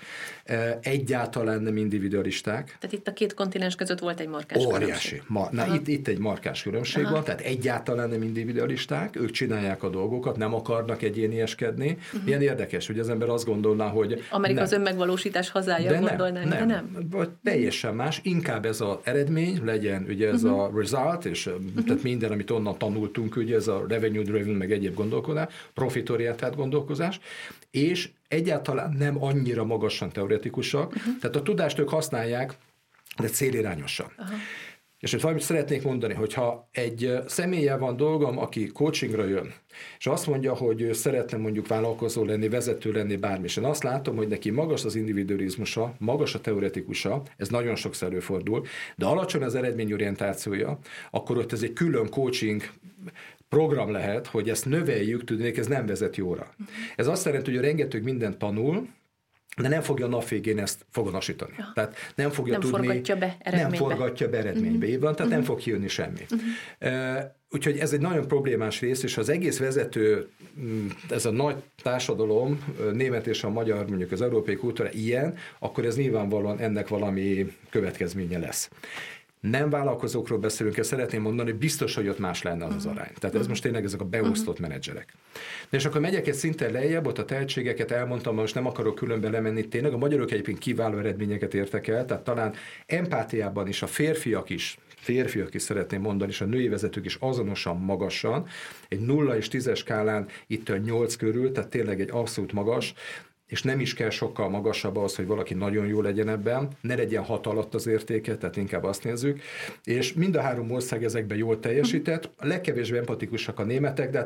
egyáltalán nem individualisták. Tehát itt a két kontinens között volt egy markás Óriási. különbség. Ma, na, itt, itt egy markás különbség Aha. van, tehát egyáltalán nem individualisták. Ők csinálják a dolgokat, nem akarnak egyénieskedni. Uh-huh. Milyen érdekes, hogy az ember azt gondolná, hogy Amerika nem. Az önmegvalósítás hazája, de gondolnánk, nem, de nem. Vagy teljesen más, inkább ez az eredmény legyen, ugye ez uh-huh. a result, és uh-huh. tehát minden, amit onnan tanultunk, ugye ez a revenue driven, meg egyéb gondolkodás, profitorientált gondolkozás, és egyáltalán nem annyira magasan teoretikusak, uh-huh. tehát a tudást ők használják, de célirányosan. Uh-huh. És hogy valamit szeretnék mondani, hogyha egy személlyel van dolgom, aki coachingra jön, és azt mondja, hogy ő szeretne mondjuk vállalkozó lenni, vezető lenni, bármi, és én azt látom, hogy neki magas az individualizmusa, magas a teoretikusa, ez nagyon sokszor előfordul, de alacsony az eredményorientációja, akkor ott ez egy külön coaching program lehet, hogy ezt növeljük, tudnék, ez nem vezet jóra. Ez azt jelenti, hogy rengeteg mindent tanul, de nem fogja a nap végén ezt foganasítani. Ja. Tehát nem fogja nem tudni... Forgatja be eredménybe. Nem forgatja be eredménybe. Uh-huh. Van, tehát uh-huh. nem fog kijönni semmi. Uh-huh. Uh, úgyhogy ez egy nagyon problémás rész, és az egész vezető, ez a nagy társadalom, német és a magyar, mondjuk az európai kultúra ilyen, akkor ez nyilvánvalóan ennek valami következménye lesz. Nem vállalkozókról beszélünk, ezt szeretném mondani, hogy biztos, hogy ott más lenne az az arány. Tehát ez most tényleg ezek a beosztott menedzserek. De és akkor megyek egy szinten lejjebb, ott a tehetségeket elmondtam, most nem akarok különbe lemenni, tényleg a magyarok egyébként kiváló eredményeket értek el, tehát talán empátiában is a férfiak is, férfiak is szeretném mondani, és a női vezetők is azonosan magasan, egy nulla és tízes skálán itt a nyolc körül, tehát tényleg egy abszolút magas, és nem is kell sokkal magasabb az, hogy valaki nagyon jó legyen ebben, ne legyen hat alatt az értéke, tehát inkább azt nézzük, és mind a három ország ezekben jól teljesített, a legkevésbé empatikusak a németek, de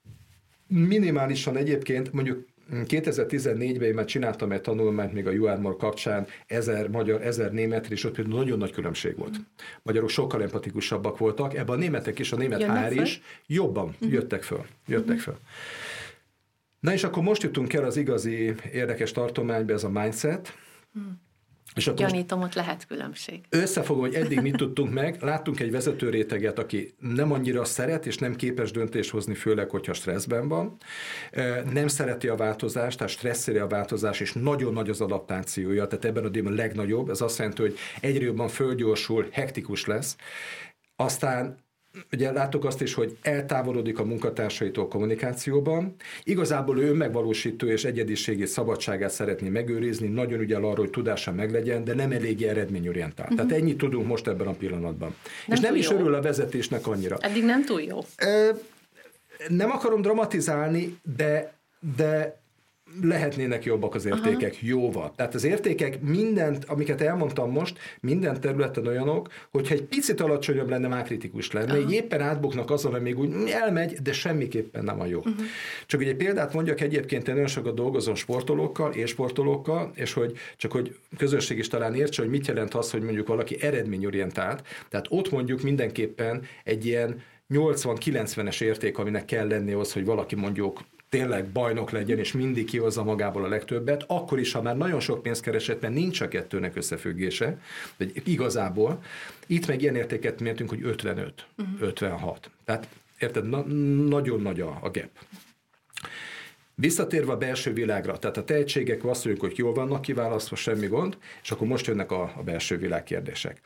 minimálisan egyébként mondjuk kétezer-tizennégyben én már csináltam egy tanulmányt még a You Are More kapcsán, ezer magyar, ezer német, és ott például nagyon nagy különbség volt. Magyarok sokkal empatikusabbak voltak, ebben a németek is, a német há er is jobban jöttek föl. Jöttek föl. Na és akkor most jutunk el az igazi érdekes tartományba, ez a mindset. Hmm. És akkor gyanítom, ott lehet különbség. Összefogom, hogy eddig mit tudtunk meg. Láttunk egy vezetőréteget, aki nem annyira szeret, és nem képes döntést hozni, főleg, hogyha stresszben van. Nem szereti a változást, tehát stresszeli a változás, és nagyon nagy az adaptációja, tehát ebben a délben a legnagyobb. Ez azt jelenti, hogy egyre jobban fölgyorsul, hektikus lesz. Aztán ugye láttuk azt is, hogy eltávolodik a munkatársaitól kommunikációban. Igazából ő önmegvalósító és egyediségét, szabadságát szeretné megőrizni, nagyon ügyel arra, hogy tudása meglegyen, de nem eléggé eredményorientált. Uh-huh. Tehát ennyit tudunk most ebben a pillanatban. Nem és nem is jó. Örül a vezetésnek annyira. Eddig nem túl jó. Nem akarom dramatizálni, de, de lehetnének jobbak az értékek, aha, jóval. Tehát az értékek mindent, amiket elmondtam most, minden területen olyanok, hogyha egy picit alacsonyabb lenne, már kritikus lenne, így éppen átbuknak azon, hogy még úgy elmegy, de semmiképpen nem a jó. Uh-huh. Csak egy példát mondjak, egyébként én nagyon sokat dolgozom sportolókkal és sportolókkal, és hogy csak hogy közönség is talán értse, hogy mit jelent az, hogy mondjuk valaki eredményorientált, tehát ott mondjuk mindenképpen egy ilyen nyolcvan-kilencvenes érték, aminek kell lenni az, hogy valaki mondjuk tényleg bajnok legyen, és mindig kihozza magából a legtöbbet, akkor is, ha már nagyon sok pénzt keresett, mert nincs a kettőnek összefüggése, vagy igazából, itt meg ilyen értéket mértünk, hogy ötvenöt, uh-huh. ötvenhat. Tehát érted, na, nagyon nagy a, a gap. Visszatérve a belső világra, tehát a tehetségek azt mondjuk, hogy jól vannak kiválasztva, semmi gond, és akkor most jönnek a, a belső világ kérdések.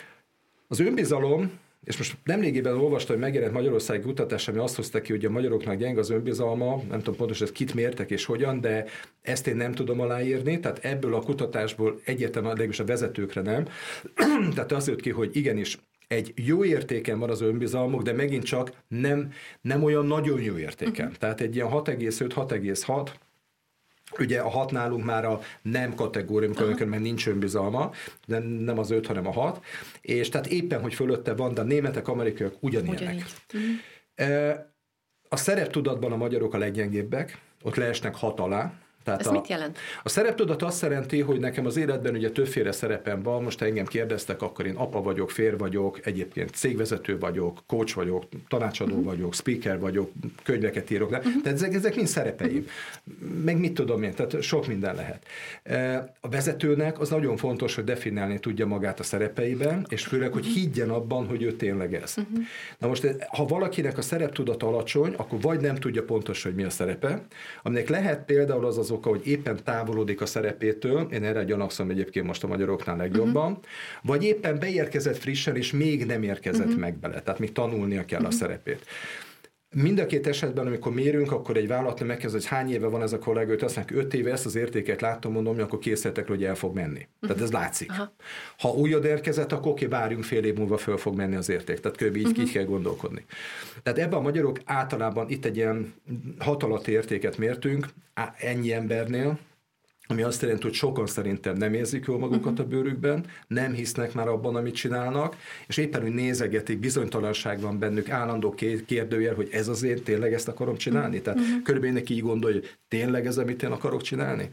Az önbizalom, és most nemrégiben olvastam, hogy megjelent magyarországi kutatás, ami azt hozta ki, hogy a magyaroknak gyenge az önbizalma, nem tudom pontosan, ezt kit mértek és hogyan, de ezt én nem tudom aláírni, tehát ebből a kutatásból egyértelműen, legalábbis a vezetőkre nem. Tehát az jött ki, hogy igenis, egy jó értéken van az önbizalmuk, de megint csak nem, nem olyan nagyon jó értéken. Uh-huh. Tehát egy ilyen hat egész öt hat egész hat, ugye a hat nálunk már a nem kategória, amikor mert nincs önbizalma, de nem az öt, hanem a hat, és tehát éppen, hogy fölötte van, de a németek, amerikaiak ugyanilyenek. Uh-huh. A szereptudatban a magyarok a leggyengébbek, ott leesnek hat alá. Tehát ez a, mit jelent? A szereptudat azt jelenti, hogy nekem az életben ugye többféle szerepem van, most ha engem kérdeztek, akkor én apa vagyok, férj vagyok, egyébként cégvezető vagyok, coach vagyok, tanácsadó uh-huh. vagyok, speaker vagyok, könyveket írok le, uh-huh. tehát ezek, ezek mind szerepeim. Uh-huh. Meg mit tudom én, tehát sok minden lehet. A vezetőnek az nagyon fontos, hogy definiálni tudja magát a szerepeiben, és főleg, hogy higgyen abban, hogy ő tényleg ez. Uh-huh. Na most, ha valakinek a szereptudata alacsony, akkor vagy nem tudja pontosan, hogy mi a szerepe, aminek lehet például az az oka, hogy éppen távolodik a szerepétől, én erre gyanakszom egyébként most a magyaroknál legjobban, uh-huh. vagy éppen beérkezett frissen, és még nem érkezett uh-huh. meg bele, tehát még tanulnia kell uh-huh. a szerepét. Mind a két esetben, amikor mérünk, akkor egy vállalatnál megkezd, hogy hány éve van ez a kollega, őt azt mondják, öt éve ezt az értéket láttam, mondom, akkor készítek, hogy el fog menni. Uh-huh. Tehát ez látszik. Aha. Ha újad érkezett, akkor oké, várjunk fél év múlva föl fog menni az érték. Tehát kb. így, uh-huh. így kell gondolkodni. Tehát ebben a magyarok általában itt egy ilyen hat alatti értéket mértünk, ennyi embernél, ami azt jelenti, hogy sokan szerintem nem érzik jól magukat uh-huh. a bőrükben, nem hisznek már abban, amit csinálnak, és éppen úgy nézegetik, bizonytalanság van bennük, állandó kérdőjel, hogy ez azért tényleg ezt akarom csinálni. Tehát uh-huh. körülbelül neki így gondolja, hogy tényleg ez, amit én akarok csinálni.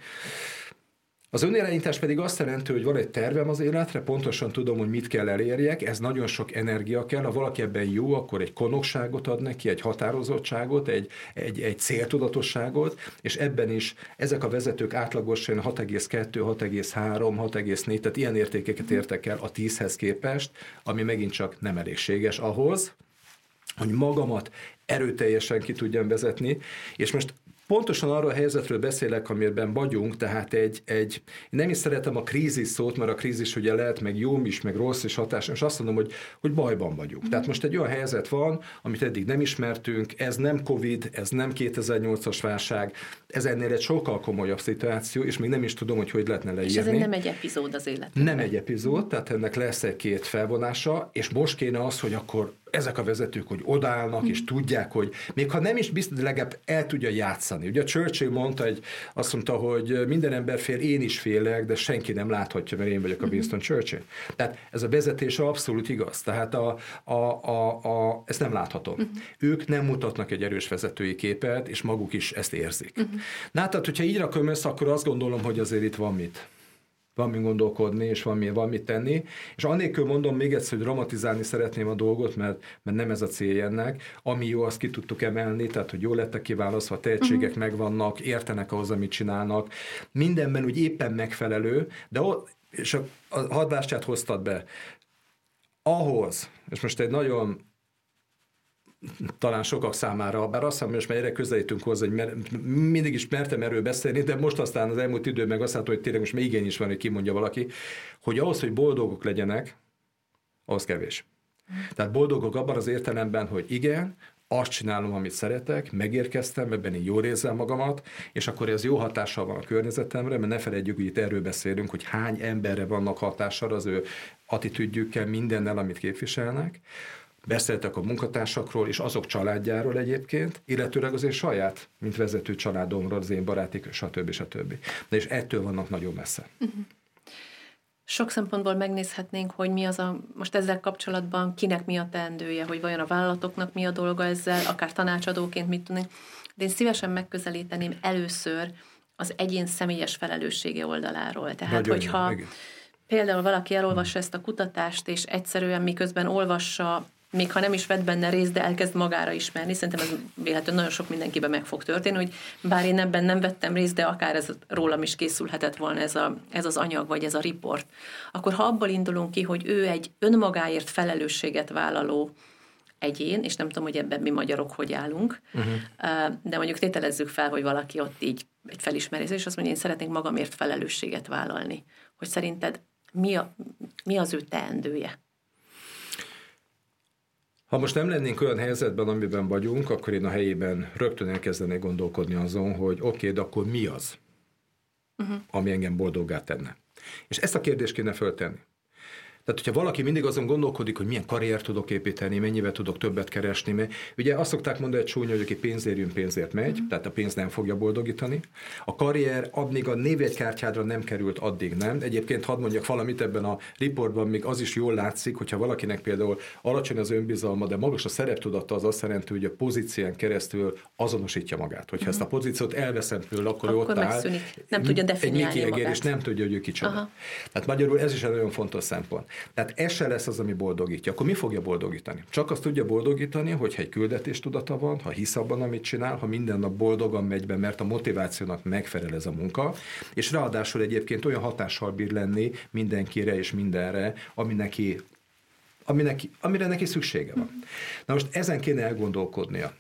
Az önirányítás pedig azt jelenti, hogy van egy tervem az életre, pontosan tudom, hogy mit kell elérjek, ez nagyon sok energia kell, ha valaki ebben jó, akkor egy konokságot ad neki, egy határozottságot, egy, egy, egy céltudatosságot, és ebben is ezek a vezetők átlagosan hat egész kettő, hat egész három, hat egész négy, tehát ilyen értékeket értek el a tízhez képest, ami megint csak nem elégséges ahhoz, hogy magamat erőteljesen ki tudjam vezetni, és most pontosan arról a helyzetről beszélek, amiben vagyunk, tehát egy, egy, nem is szeretem a krízis szót, mert a krízis ugye lehet meg jó is, meg rossz is hatás, és azt mondom, hogy, hogy bajban vagyunk. Mm. Tehát most egy olyan helyzet van, amit eddig nem ismertünk, ez nem Covid, ez nem kétezer-nyolcas válság, ez ennél egy sokkal komolyabb szituáció, és még nem is tudom, hogy hogy lehetne leírni. És ez nem egy epizód az életben. Nem egy epizód, tehát ennek lesz egy-két felvonása, és most kéne az, hogy akkor ezek a vezetők, hogy odaállnak, mm. és tudják, hogy még ha nem is biztos, de legalább el tudja játszani. Ugye Churchill mondta, egy, azt mondta, hogy minden ember fél, én is félek, de senki nem láthatja, mert én vagyok a Winston mm. Churchill. Tehát ez a vezetés abszolút igaz. Tehát a, a, a, a, ezt nem láthatom. Mm. Ők nem mutatnak egy erős vezetői képet, és maguk is ezt érzik. Mm. Na, tehát, hogyha így rakom össze, akkor azt gondolom, hogy azért itt van mit. Van mit gondolkodni, és van, van mit tenni. És annélkül mondom még egyszer, hogy dramatizálni szeretném a dolgot, mert, mert nem ez a célja ennek. Ami jó, azt ki tudtuk emelni, tehát, hogy jól lettek kiválasztva, tehetségek uh-huh. megvannak, értenek ahhoz, amit csinálnak. Mindenben úgy éppen megfelelő, de ott, és a, a hadlástját hoztad be. Ahhoz, és most egy nagyon talán sokak számára, bár azt hiszem, hogy most már erre közelítünk hozzá, hogy mer, mindig is mertem erről beszélni, de most aztán az elmúlt időben meg azt látom, hogy tényleg most már igény is van, hogy kimondja valaki, hogy ahhoz, hogy boldogok legyenek, ahhoz kevés. Tehát boldogok abban az értelemben, hogy igen, azt csinálom, amit szeretek, megérkeztem, ebben én jól érzem magamat, és akkor ez jó hatással van a környezetemre, mert ne felejtjük, hogy itt erről beszélünk, hogy hány emberre vannak hatással az ő attitűdjükkel, mindennel, amit képviselnek. beszéltek a munkatársakról, és azok családjáról egyébként, illetőleg az én saját, mint vezető családomról, az én barátik, stb. stb. De és ettől vannak nagyon messze. Uh-huh. Sok szempontból megnézhetnénk, hogy mi az a, most ezzel kapcsolatban kinek mi a teendője, hogy vajon a vállalatoknak mi a dolga ezzel, akár tanácsadóként mit tudnék. De én szívesen megközelíteném először az egyén személyes felelőssége oldaláról. Tehát, nagyon hogyha jó, például valaki elolvassa ezt a kutatást, és egyszerűen miközben olvassa, még ha nem is vett benne részt, de elkezd magára ismerni, szerintem ez véletlenül nagyon sok mindenkiben meg fog történni, hogy bár én ebben nem vettem részt, de akár ez rólam is készülhetett volna ez, a, ez az anyag, vagy ez a riport, akkor ha abból indulunk ki, hogy ő egy önmagáért felelősséget vállaló egyén, és nem tudom, hogy ebben mi magyarok hogy állunk, uh-huh. de mondjuk tételezzük fel, hogy valaki ott így egy felismerés, és azt mondja, én szeretnék magamért felelősséget vállalni. Hogy szerinted mi, a, mi az ő teendője? Ha most nem lennénk olyan helyzetben, amiben vagyunk, akkor én a helyében rögtön elkezdenék gondolkodni azon, hogy oké, okay, de akkor mi az, uh-huh. ami engem boldoggá tenne. És ezt a kérdést kéne föltenni. Tehát, hogyha valaki mindig azon gondolkodik, hogy milyen karriert tudok építeni, mennyivel tudok többet keresni, mert ugye azt szokták mondani, hogy csúnya, hogy aki pénzért jön, pénzért megy, mm. tehát a pénz nem fogja boldogítani. A karrier, addig a névjegykártyádra nem került, addig nem. Egyébként hadd mondjak valamit, ebben a riportban még az is jól látszik, hogyha valakinek például alacsony az önbizalma, de magas a szereptudata, az azt jelenti, hogy a pozíción keresztül azonosítja magát. Hogyha mm. ezt a pozíciót elveszem tőle, akkor, akkor ő ott áll. Nem tudja definiálni magát. És nem tudja, hogy ő kicsoda. Tehát magyarul ez is egy nagyon fontos szempont. Tehát ez se lesz az, ami boldogítja. Akkor mi fogja boldogítani? Csak azt tudja boldogítani, hogyha egy küldetéstudata van, ha hisz abban, amit csinál, ha minden nap boldogan megy be, mert a motivációnak megfelel ez a munka, és ráadásul egyébként olyan hatással bír lenni mindenkire és mindenre, ami neki, ami neki, amire neki szüksége van. Na most ezen kéne elgondolkodnia.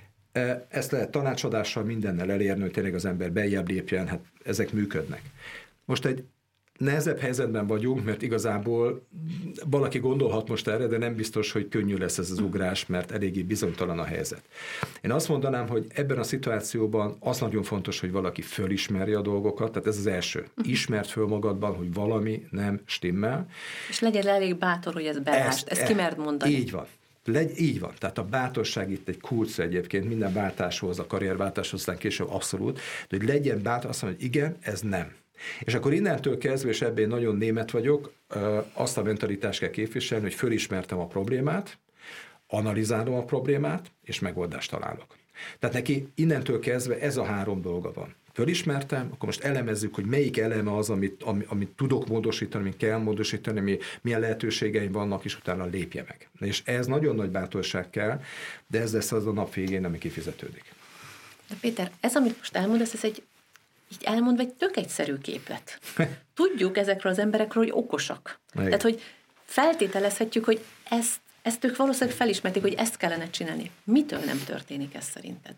Ezt lehet tanácsadással mindennel elérni, hogy tényleg az ember beljebb lépjen, hát ezek működnek. Most egy nehezebb helyzetben vagyunk, mert igazából valaki gondolhat most erre, de nem biztos, hogy könnyű lesz ez az ugrás, mert eléggé bizonytalan a helyzet. Én azt mondanám, hogy ebben a szituációban az nagyon fontos, hogy valaki fölismerje a dolgokat, tehát ez az első. Ismerd föl magadban, hogy valami nem stimmel. És legyen elég bátor, hogy ez belásd, ezt, ezt kimerd mondani. Így van. Legy, így van. Tehát a bátorság itt egy kulcs egyébként, minden váltáshoz, a karrierváltáshoz, aztán később abszolút, de hogy legyen bátor, azt mondja, hogy igen, ez nem. És akkor innentől kezdve, és ebben nagyon német vagyok, azt a mentalitást kell képviselni, hogy fölismertem a problémát, analizálom a problémát, és megoldást találok. Tehát neki innentől kezdve ez a három dolga van. Fölismertem, akkor most elemezzük, hogy melyik eleme az, amit, amit, amit tudok módosítani, amit kell módosítani, mi, milyen lehetőségeim vannak, és utána lépje meg. És ez nagyon nagy bátorság kell, de ez lesz az a nap végén, ami kifizetődik. De Péter, ez, amit most elmondasz, ez egy így elmondva egy tök egyszerű képlet. Tudjuk ezekről az emberekről, hogy okosak. Igen. Tehát, hogy feltételezhetjük, hogy ezt, ezt ők valószínűleg felismerték, hogy ezt kellene csinálni. Mitől nem történik ez szerinted?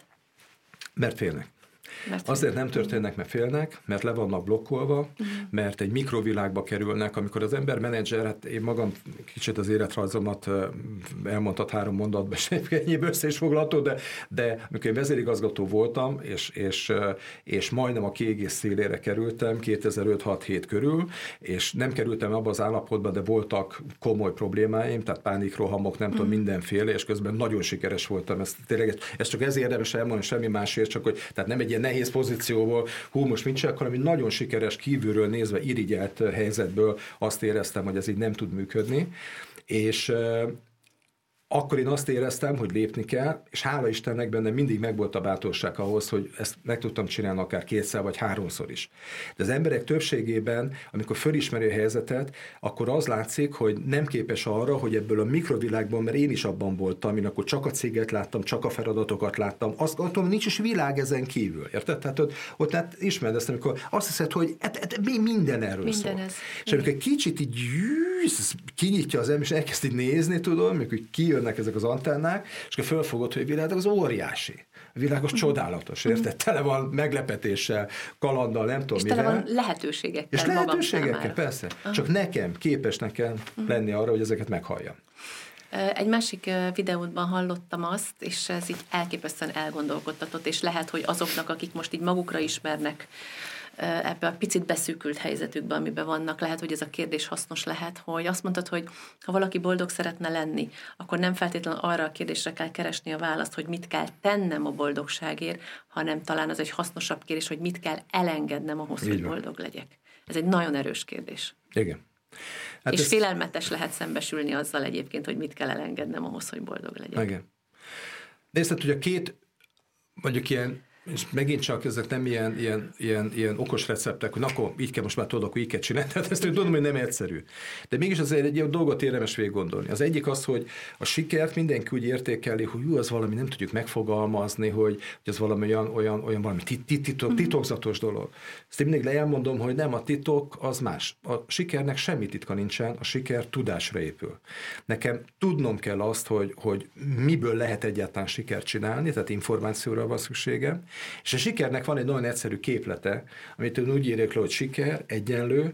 Mert félnek. Mert Azért nem történnek, mert félnek, mert le vannak blokkolva, uh-huh. mert egy mikrovilágba kerülnek, amikor az ember menedzser, hát én magam kicsit az életrajzomat elmondhat három mondatban, és ennyiből össze is foglalható, de, de amikor én vezérigazgató voltam, és, és, és majdnem a kiégés szélére kerültem kétezer-öt hat hét körül, és nem kerültem abba az állapotba, de voltak komoly problémáim, tehát pánikrohamok, nem uh-huh. tudom, mindenféle, és közben nagyon sikeres voltam. Ez, tényleg, ez csak ezért érdemes elmondani, semmi másért, csak hogy tehát nem egy ilyen nehéz pozícióból, hú, most mit csinálok, hanem egy nagyon sikeres, kívülről nézve irigyelt helyzetből azt éreztem, hogy ez így nem tud működni, és akkor én azt éreztem, hogy lépni kell, és hála Istennek bennem mindig megvolt a bátorság ahhoz, hogy ezt meg tudtam csinálni akár kétszer vagy háromszor is. De az emberek többségében, amikor fölismeri a helyzetet, akkor az látszik, hogy nem képes arra, hogy ebből a mikrovilágban, mert én is abban voltam, én akkor csak a céget láttam, csak a feladatokat láttam, azt gondolom, nincs is világ ezen kívül. Érted? Tehát ott, ott hát ismered ezt, amikor azt hiszed, hogy et, et, minden erről minden szól. Ez. És amikor egy kicsit így jűsz, kinyitja az ember, és elkezd így nézni, tudom, amikor kijön ezek az antennák, és akkor fölfogod, hogy a világ az óriási. A világ az csodálatos, érted? Tele van meglepetéssel, kalanddal, nem tudom és mivel. És tele van lehetőségekkel. És lehetőségekkel, persze. Aha. Csak nekem, képes nekem lenni arra, hogy ezeket meghalljam. Egy másik videódban hallottam azt, és ez így elképesztően elgondolkodtatott, és lehet, hogy azoknak, akik most így magukra ismernek ebbe a picit beszűkült helyzetükbe, amiben vannak. Lehet, hogy ez a kérdés hasznos lehet, hogy azt mondtad, hogy ha valaki boldog szeretne lenni, akkor nem feltétlenül arra a kérdésre kell keresni a választ, hogy mit kell tennem a boldogságért, hanem talán az egy hasznosabb kérdés, hogy mit kell elengednem ahhoz, Így hogy van. boldog legyek. Ez egy nagyon erős kérdés. Igen. Hát és ez... félelmetes lehet szembesülni azzal egyébként, hogy mit kell elengednem ahhoz, hogy boldog legyek. Igen. Nézd, hogy a két, mondjuk ilyen, és megint csak ezek nem ilyen, ilyen, ilyen, ilyen okos receptek, hogy na, akkor így kell, most már tudok, hogy így kell csinálni. Tehát ezt tudom, hogy nem egyszerű. De mégis azért egy ilyen dolgot érdemes végig gondolni. Az egyik az, hogy a sikert mindenki úgy értékeli, hogy jó, az valami nem tudjuk megfogalmazni, hogy, hogy az valami olyan, olyan, olyan valami titok, titokzatos dolog. Ezt én mindig elmondom, hogy nem, a titok az más. A sikernek semmi titka nincsen, a siker tudásra épül. Nekem tudnom kell azt, hogy, hogy miből lehet egyáltalán sikert csinálni, tehát információra van szükségem. És a sikernek van egy nagyon egyszerű képlete, amit úgy írják le, hogy siker egyenlő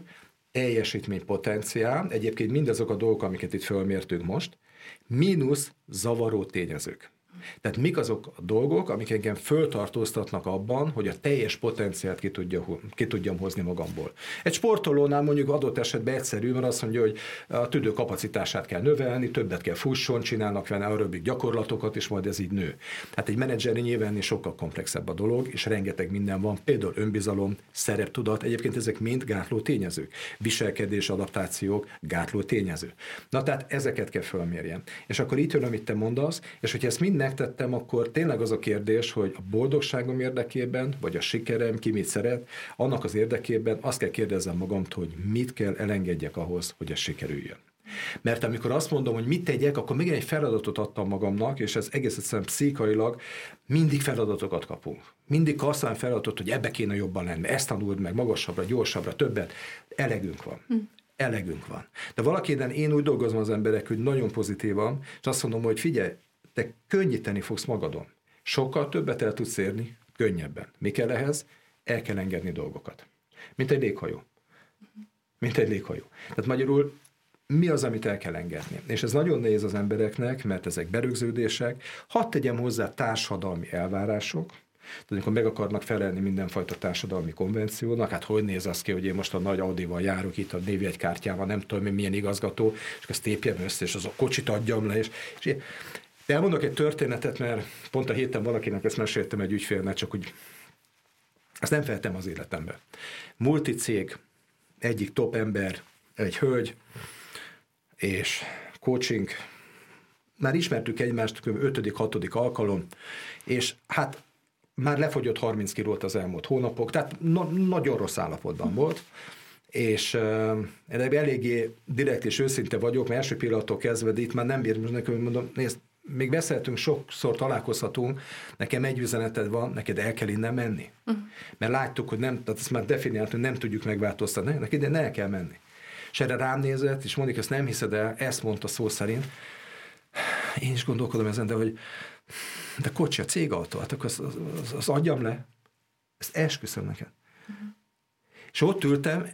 teljesítménypotenciál, egyébként mindazok a dolgok, amiket itt fölmértünk most, mínusz zavaró tényezők. Tehát mik azok a dolgok, amik engem föltartóztatnak abban, hogy a teljes potenciált ki, tudja, ki tudjam hozni magamból. Egy sportolónál mondjuk adott esetben egyszerű, mert azt mondja, hogy a tüdő kapacitását kell növelni, többet kell fusson, csinálnak vele aerobik gyakorlatokat, és majd ez így nő. Hát egy menedzseri nyilván sokkal komplexebb a dolog, és rengeteg minden van, például önbizalom, szereptudat, egyébként ezek mind gátló tényezők. Viselkedés, adaptációk, gátló tényező. Na tehát ezeket kell fölmérjem. És akkor itt jön, amit te mondasz, és hogyha ezt mind megtettem, akkor tényleg az a kérdés, hogy a boldogságom érdekében, vagy a sikerem, ki mit szeret, annak az érdekében azt kell kérdezzem magamtól, hogy mit kell elengedjek ahhoz, hogy ez sikerüljön. Mert amikor azt mondom, hogy mit tegyek, akkor még egy feladatot adtam magamnak, és ez egész egyszerűen pszichailag mindig feladatokat kapunk. Mindig kapszám feladatot, hogy ebbe kéne jobban lenni, ezt tanuld meg, magasabbra, gyorsabbra, többet. Elegünk van. Hm. Elegünk van. De valakiden én úgy dolgozom az emberek, hogy nagyon pozitívan, és azt mondom, hogy figyelj, te könnyíteni fogsz magadon. Sokkal többet el tudsz érni, könnyebben. Mi kell ehhez? El kell engedni dolgokat. Mint egy léghajó. Mint egy léghajó. Tehát magyarul mi az, amit el kell engedni? És ez nagyon nehéz az embereknek, mert ezek berögződések. Hadd tegyem hozzá társadalmi elvárások, tehát amikor meg akarnak felelni mindenfajta társadalmi konvenciónak, hát hogy néz az ki, hogy én most a nagy Audival járok itt a névjegykártyával, nem tudom, milyen igazgató, és ezt tépjem össze, és az a kocsit adjam le, és, és de elmondok egy történetet, mert pont a héten valakinek ezt meséltem egy ügyfélnek, csak úgy ezt nem feltem az életembe. Multicég, egyik top ember, egy hölgy, és coaching, már ismertük egymást, ötödik, hatodik alkalom, és hát már lefogyott harminc kilót az elmúlt hónapok, tehát na- nagyon rossz állapotban volt, és uh, eléggé direkt és őszinte vagyok, mert első pillanattól kezdve, de itt már nem bírom, nekem mondom, nézd, még beszéltünk, sokszor találkozhatunk, nekem egy üzeneted van, neked el kell innen menni. Uh-huh. Mert láttuk, hogy nem, tehát ezt már definiáltuk, hogy nem tudjuk megváltoztatni, neked ide el kell menni. És erre rám nézett, és mondjuk, ezt nem hiszed el, ezt mondta szó szerint. Én is gondolkodom ezen, de hogy de kocsi, a cégautó, hát akkor azt az, az, az adjam le, ezt esküszöm neked. Uh-huh. És ott ültem,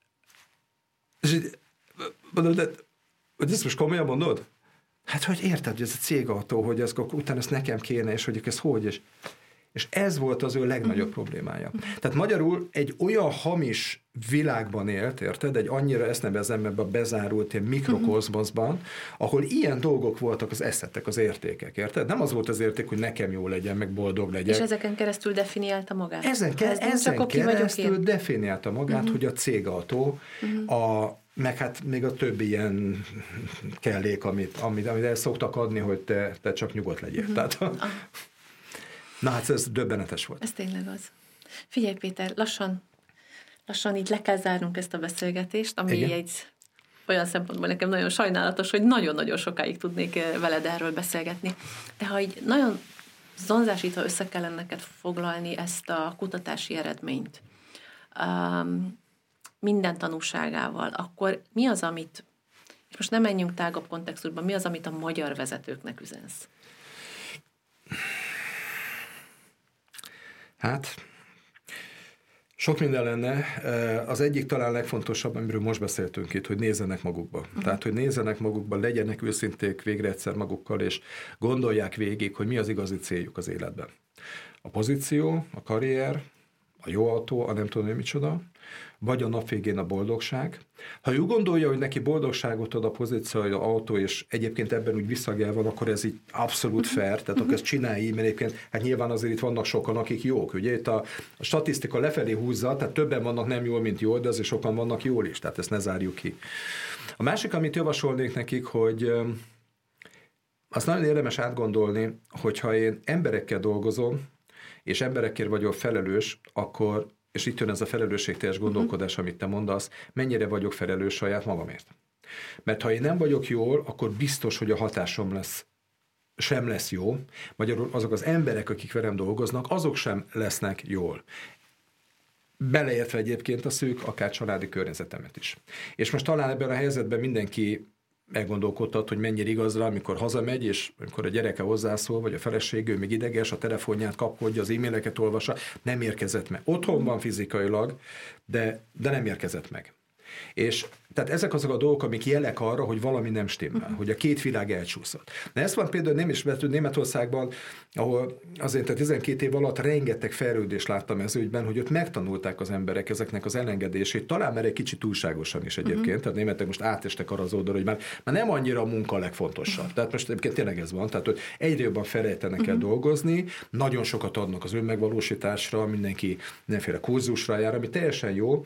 és így, mondom, de, de ezt most komolyan mondod? Hát, hogy érted, hogy ez a cégautó, hogy ez, utána ezt nekem kéne, és hogy ez hogy, és, és ez volt az ő legnagyobb uh-huh. problémája. Uh-huh. Tehát magyarul egy olyan hamis világban élt, érted, egy annyira ezt nevezem ebbe a bezárult ilyen mikrokozmoszban, uh-huh. ahol ilyen dolgok voltak az eszetek, az értékek, érted? Nem az volt az érték, hogy nekem jó legyen, meg boldog legyen. És ezeken keresztül definiálta magát? Ezen, ke- ezen keresztül definiálta magát, uh-huh. hogy a cégautó, uh-huh. a meg hát még a többi ilyen kellék, amit, amit, amit el szoktak adni, hogy te, te csak nyugodt legyél. Uh-huh. Tehát, ah. Na hát ez döbbenetes volt. Ez tényleg az. Figyelj Péter, lassan, lassan így le kell zárnunk ezt a beszélgetést, ami Igen? egy olyan szempontból nekem nagyon sajnálatos, hogy nagyon-nagyon sokáig tudnék veled erről beszélgetni. De ha így nagyon zonzásítva össze kellene neked foglalni ezt a kutatási eredményt, um, minden tanúságával, akkor mi az, amit, és most nem menjünk tágabb kontextusban, mi az, amit a magyar vezetőknek üzensz? Hát, sok minden lenne. Az egyik talán legfontosabb, amiről most beszéltünk itt, hogy nézzenek magukba. Uh-huh. Tehát, hogy nézzenek magukba, legyenek őszinték végre egyszer magukkal, és gondolják végig, hogy mi az igazi céljuk az életben. A pozíció, a karrier, a jó autó, a nem tudom, hogy micsoda, vagy a nap végén a boldogság. Ha ő gondolja, hogy neki boldogságot ad a pozíció, az autó, és egyébként ebben úgy visszagel van, akkor ez így abszolút fair, tehát akkor ezt csinálj, mert egyébként, hát nyilván azért itt vannak sokan, akik jók. Ugye itt a, a statisztika lefelé húzza, tehát többen vannak nem jól, mint jól, de azért sokan vannak jól is, tehát ezt ne zárjuk ki. A másik, amit javasolnék nekik, hogy azt nagyon érdemes átgondolni, hogyha én emberekkel dolgozom, és emberekért vagyok felelős, akkor, és itt jön ez a felelősségteljes gondolkodás, amit te mondasz, mennyire vagyok felelős saját magamért. Mert ha én nem vagyok jól, akkor biztos, hogy a hatásom lesz, sem lesz jó, magyarul azok az emberek, akik velem dolgoznak, azok sem lesznek jól. Beleértve egyébként a szűk, akár családi környezetemet is. És most talán ebben a helyzetben mindenki elgondolkodtat, hogy mennyire igazra, amikor hazamegy, és amikor a gyereke hozzászól, vagy a feleség, ő még ideges, a telefonját kapkodja, az e-maileket olvassa, nem érkezett meg. Otthon van fizikailag, de, de nem érkezett meg. És tehát ezek azok a dolgok, amik jelek arra, hogy valami nem stimmel, uh-huh. hogy a két világ elcsúszott. De ezt van például nem is vető Németországban, ahol azért a tizenkét év alatt rengeteg fejlődést láttam ez ügyben, hogy ott megtanulták az emberek ezeknek az elengedését, talán már egy kicsit túlságosan is egyébként, uh-huh. tehát németek most átestek arra az oldalra, hogy már, már nem annyira a munka a legfontosabb. Uh-huh. Tehát most egyébként tényleg ez van, tehát hogy egyre jobban felejtenek uh-huh. el dolgozni, nagyon sokat adnak az önmegvalósításra, mindenki mindenféle kurzusra jár, ami teljesen jó,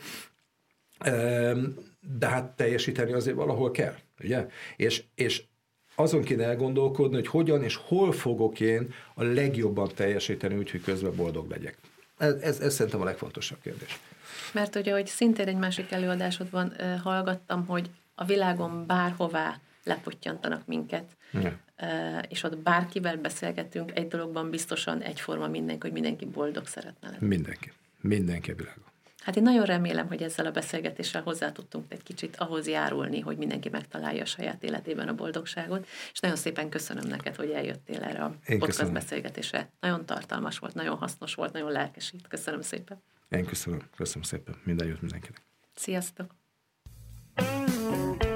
de hát teljesíteni azért valahol kell, ugye? És, és azon kéne elgondolkodni, hogy hogyan és hol fogok én a legjobban teljesíteni, úgyhogy közben boldog legyek. Ez, ez, ez szerintem a legfontosabb kérdés. Mert ugye, hogy szintén egy másik előadásodban hallgattam, hogy a világon bárhová lepottyantanak minket, ja. és ott bárkivel beszélgetünk, egy dologban biztosan egyforma mindenki, hogy mindenki boldog szeretne lenni. Mindenki. Mindenki a világon. Hát én nagyon remélem, hogy ezzel a beszélgetéssel hozzá tudtunk egy kicsit ahhoz járulni, hogy mindenki megtalálja a saját életében a boldogságot, és nagyon szépen köszönöm neked, hogy eljöttél erre a én podcast köszönöm. Beszélgetésre. Nagyon tartalmas volt, nagyon hasznos volt, nagyon lelkesít. Köszönöm szépen. Én köszönöm. Köszönöm szépen. Minden jót mindenkinek. Sziasztok!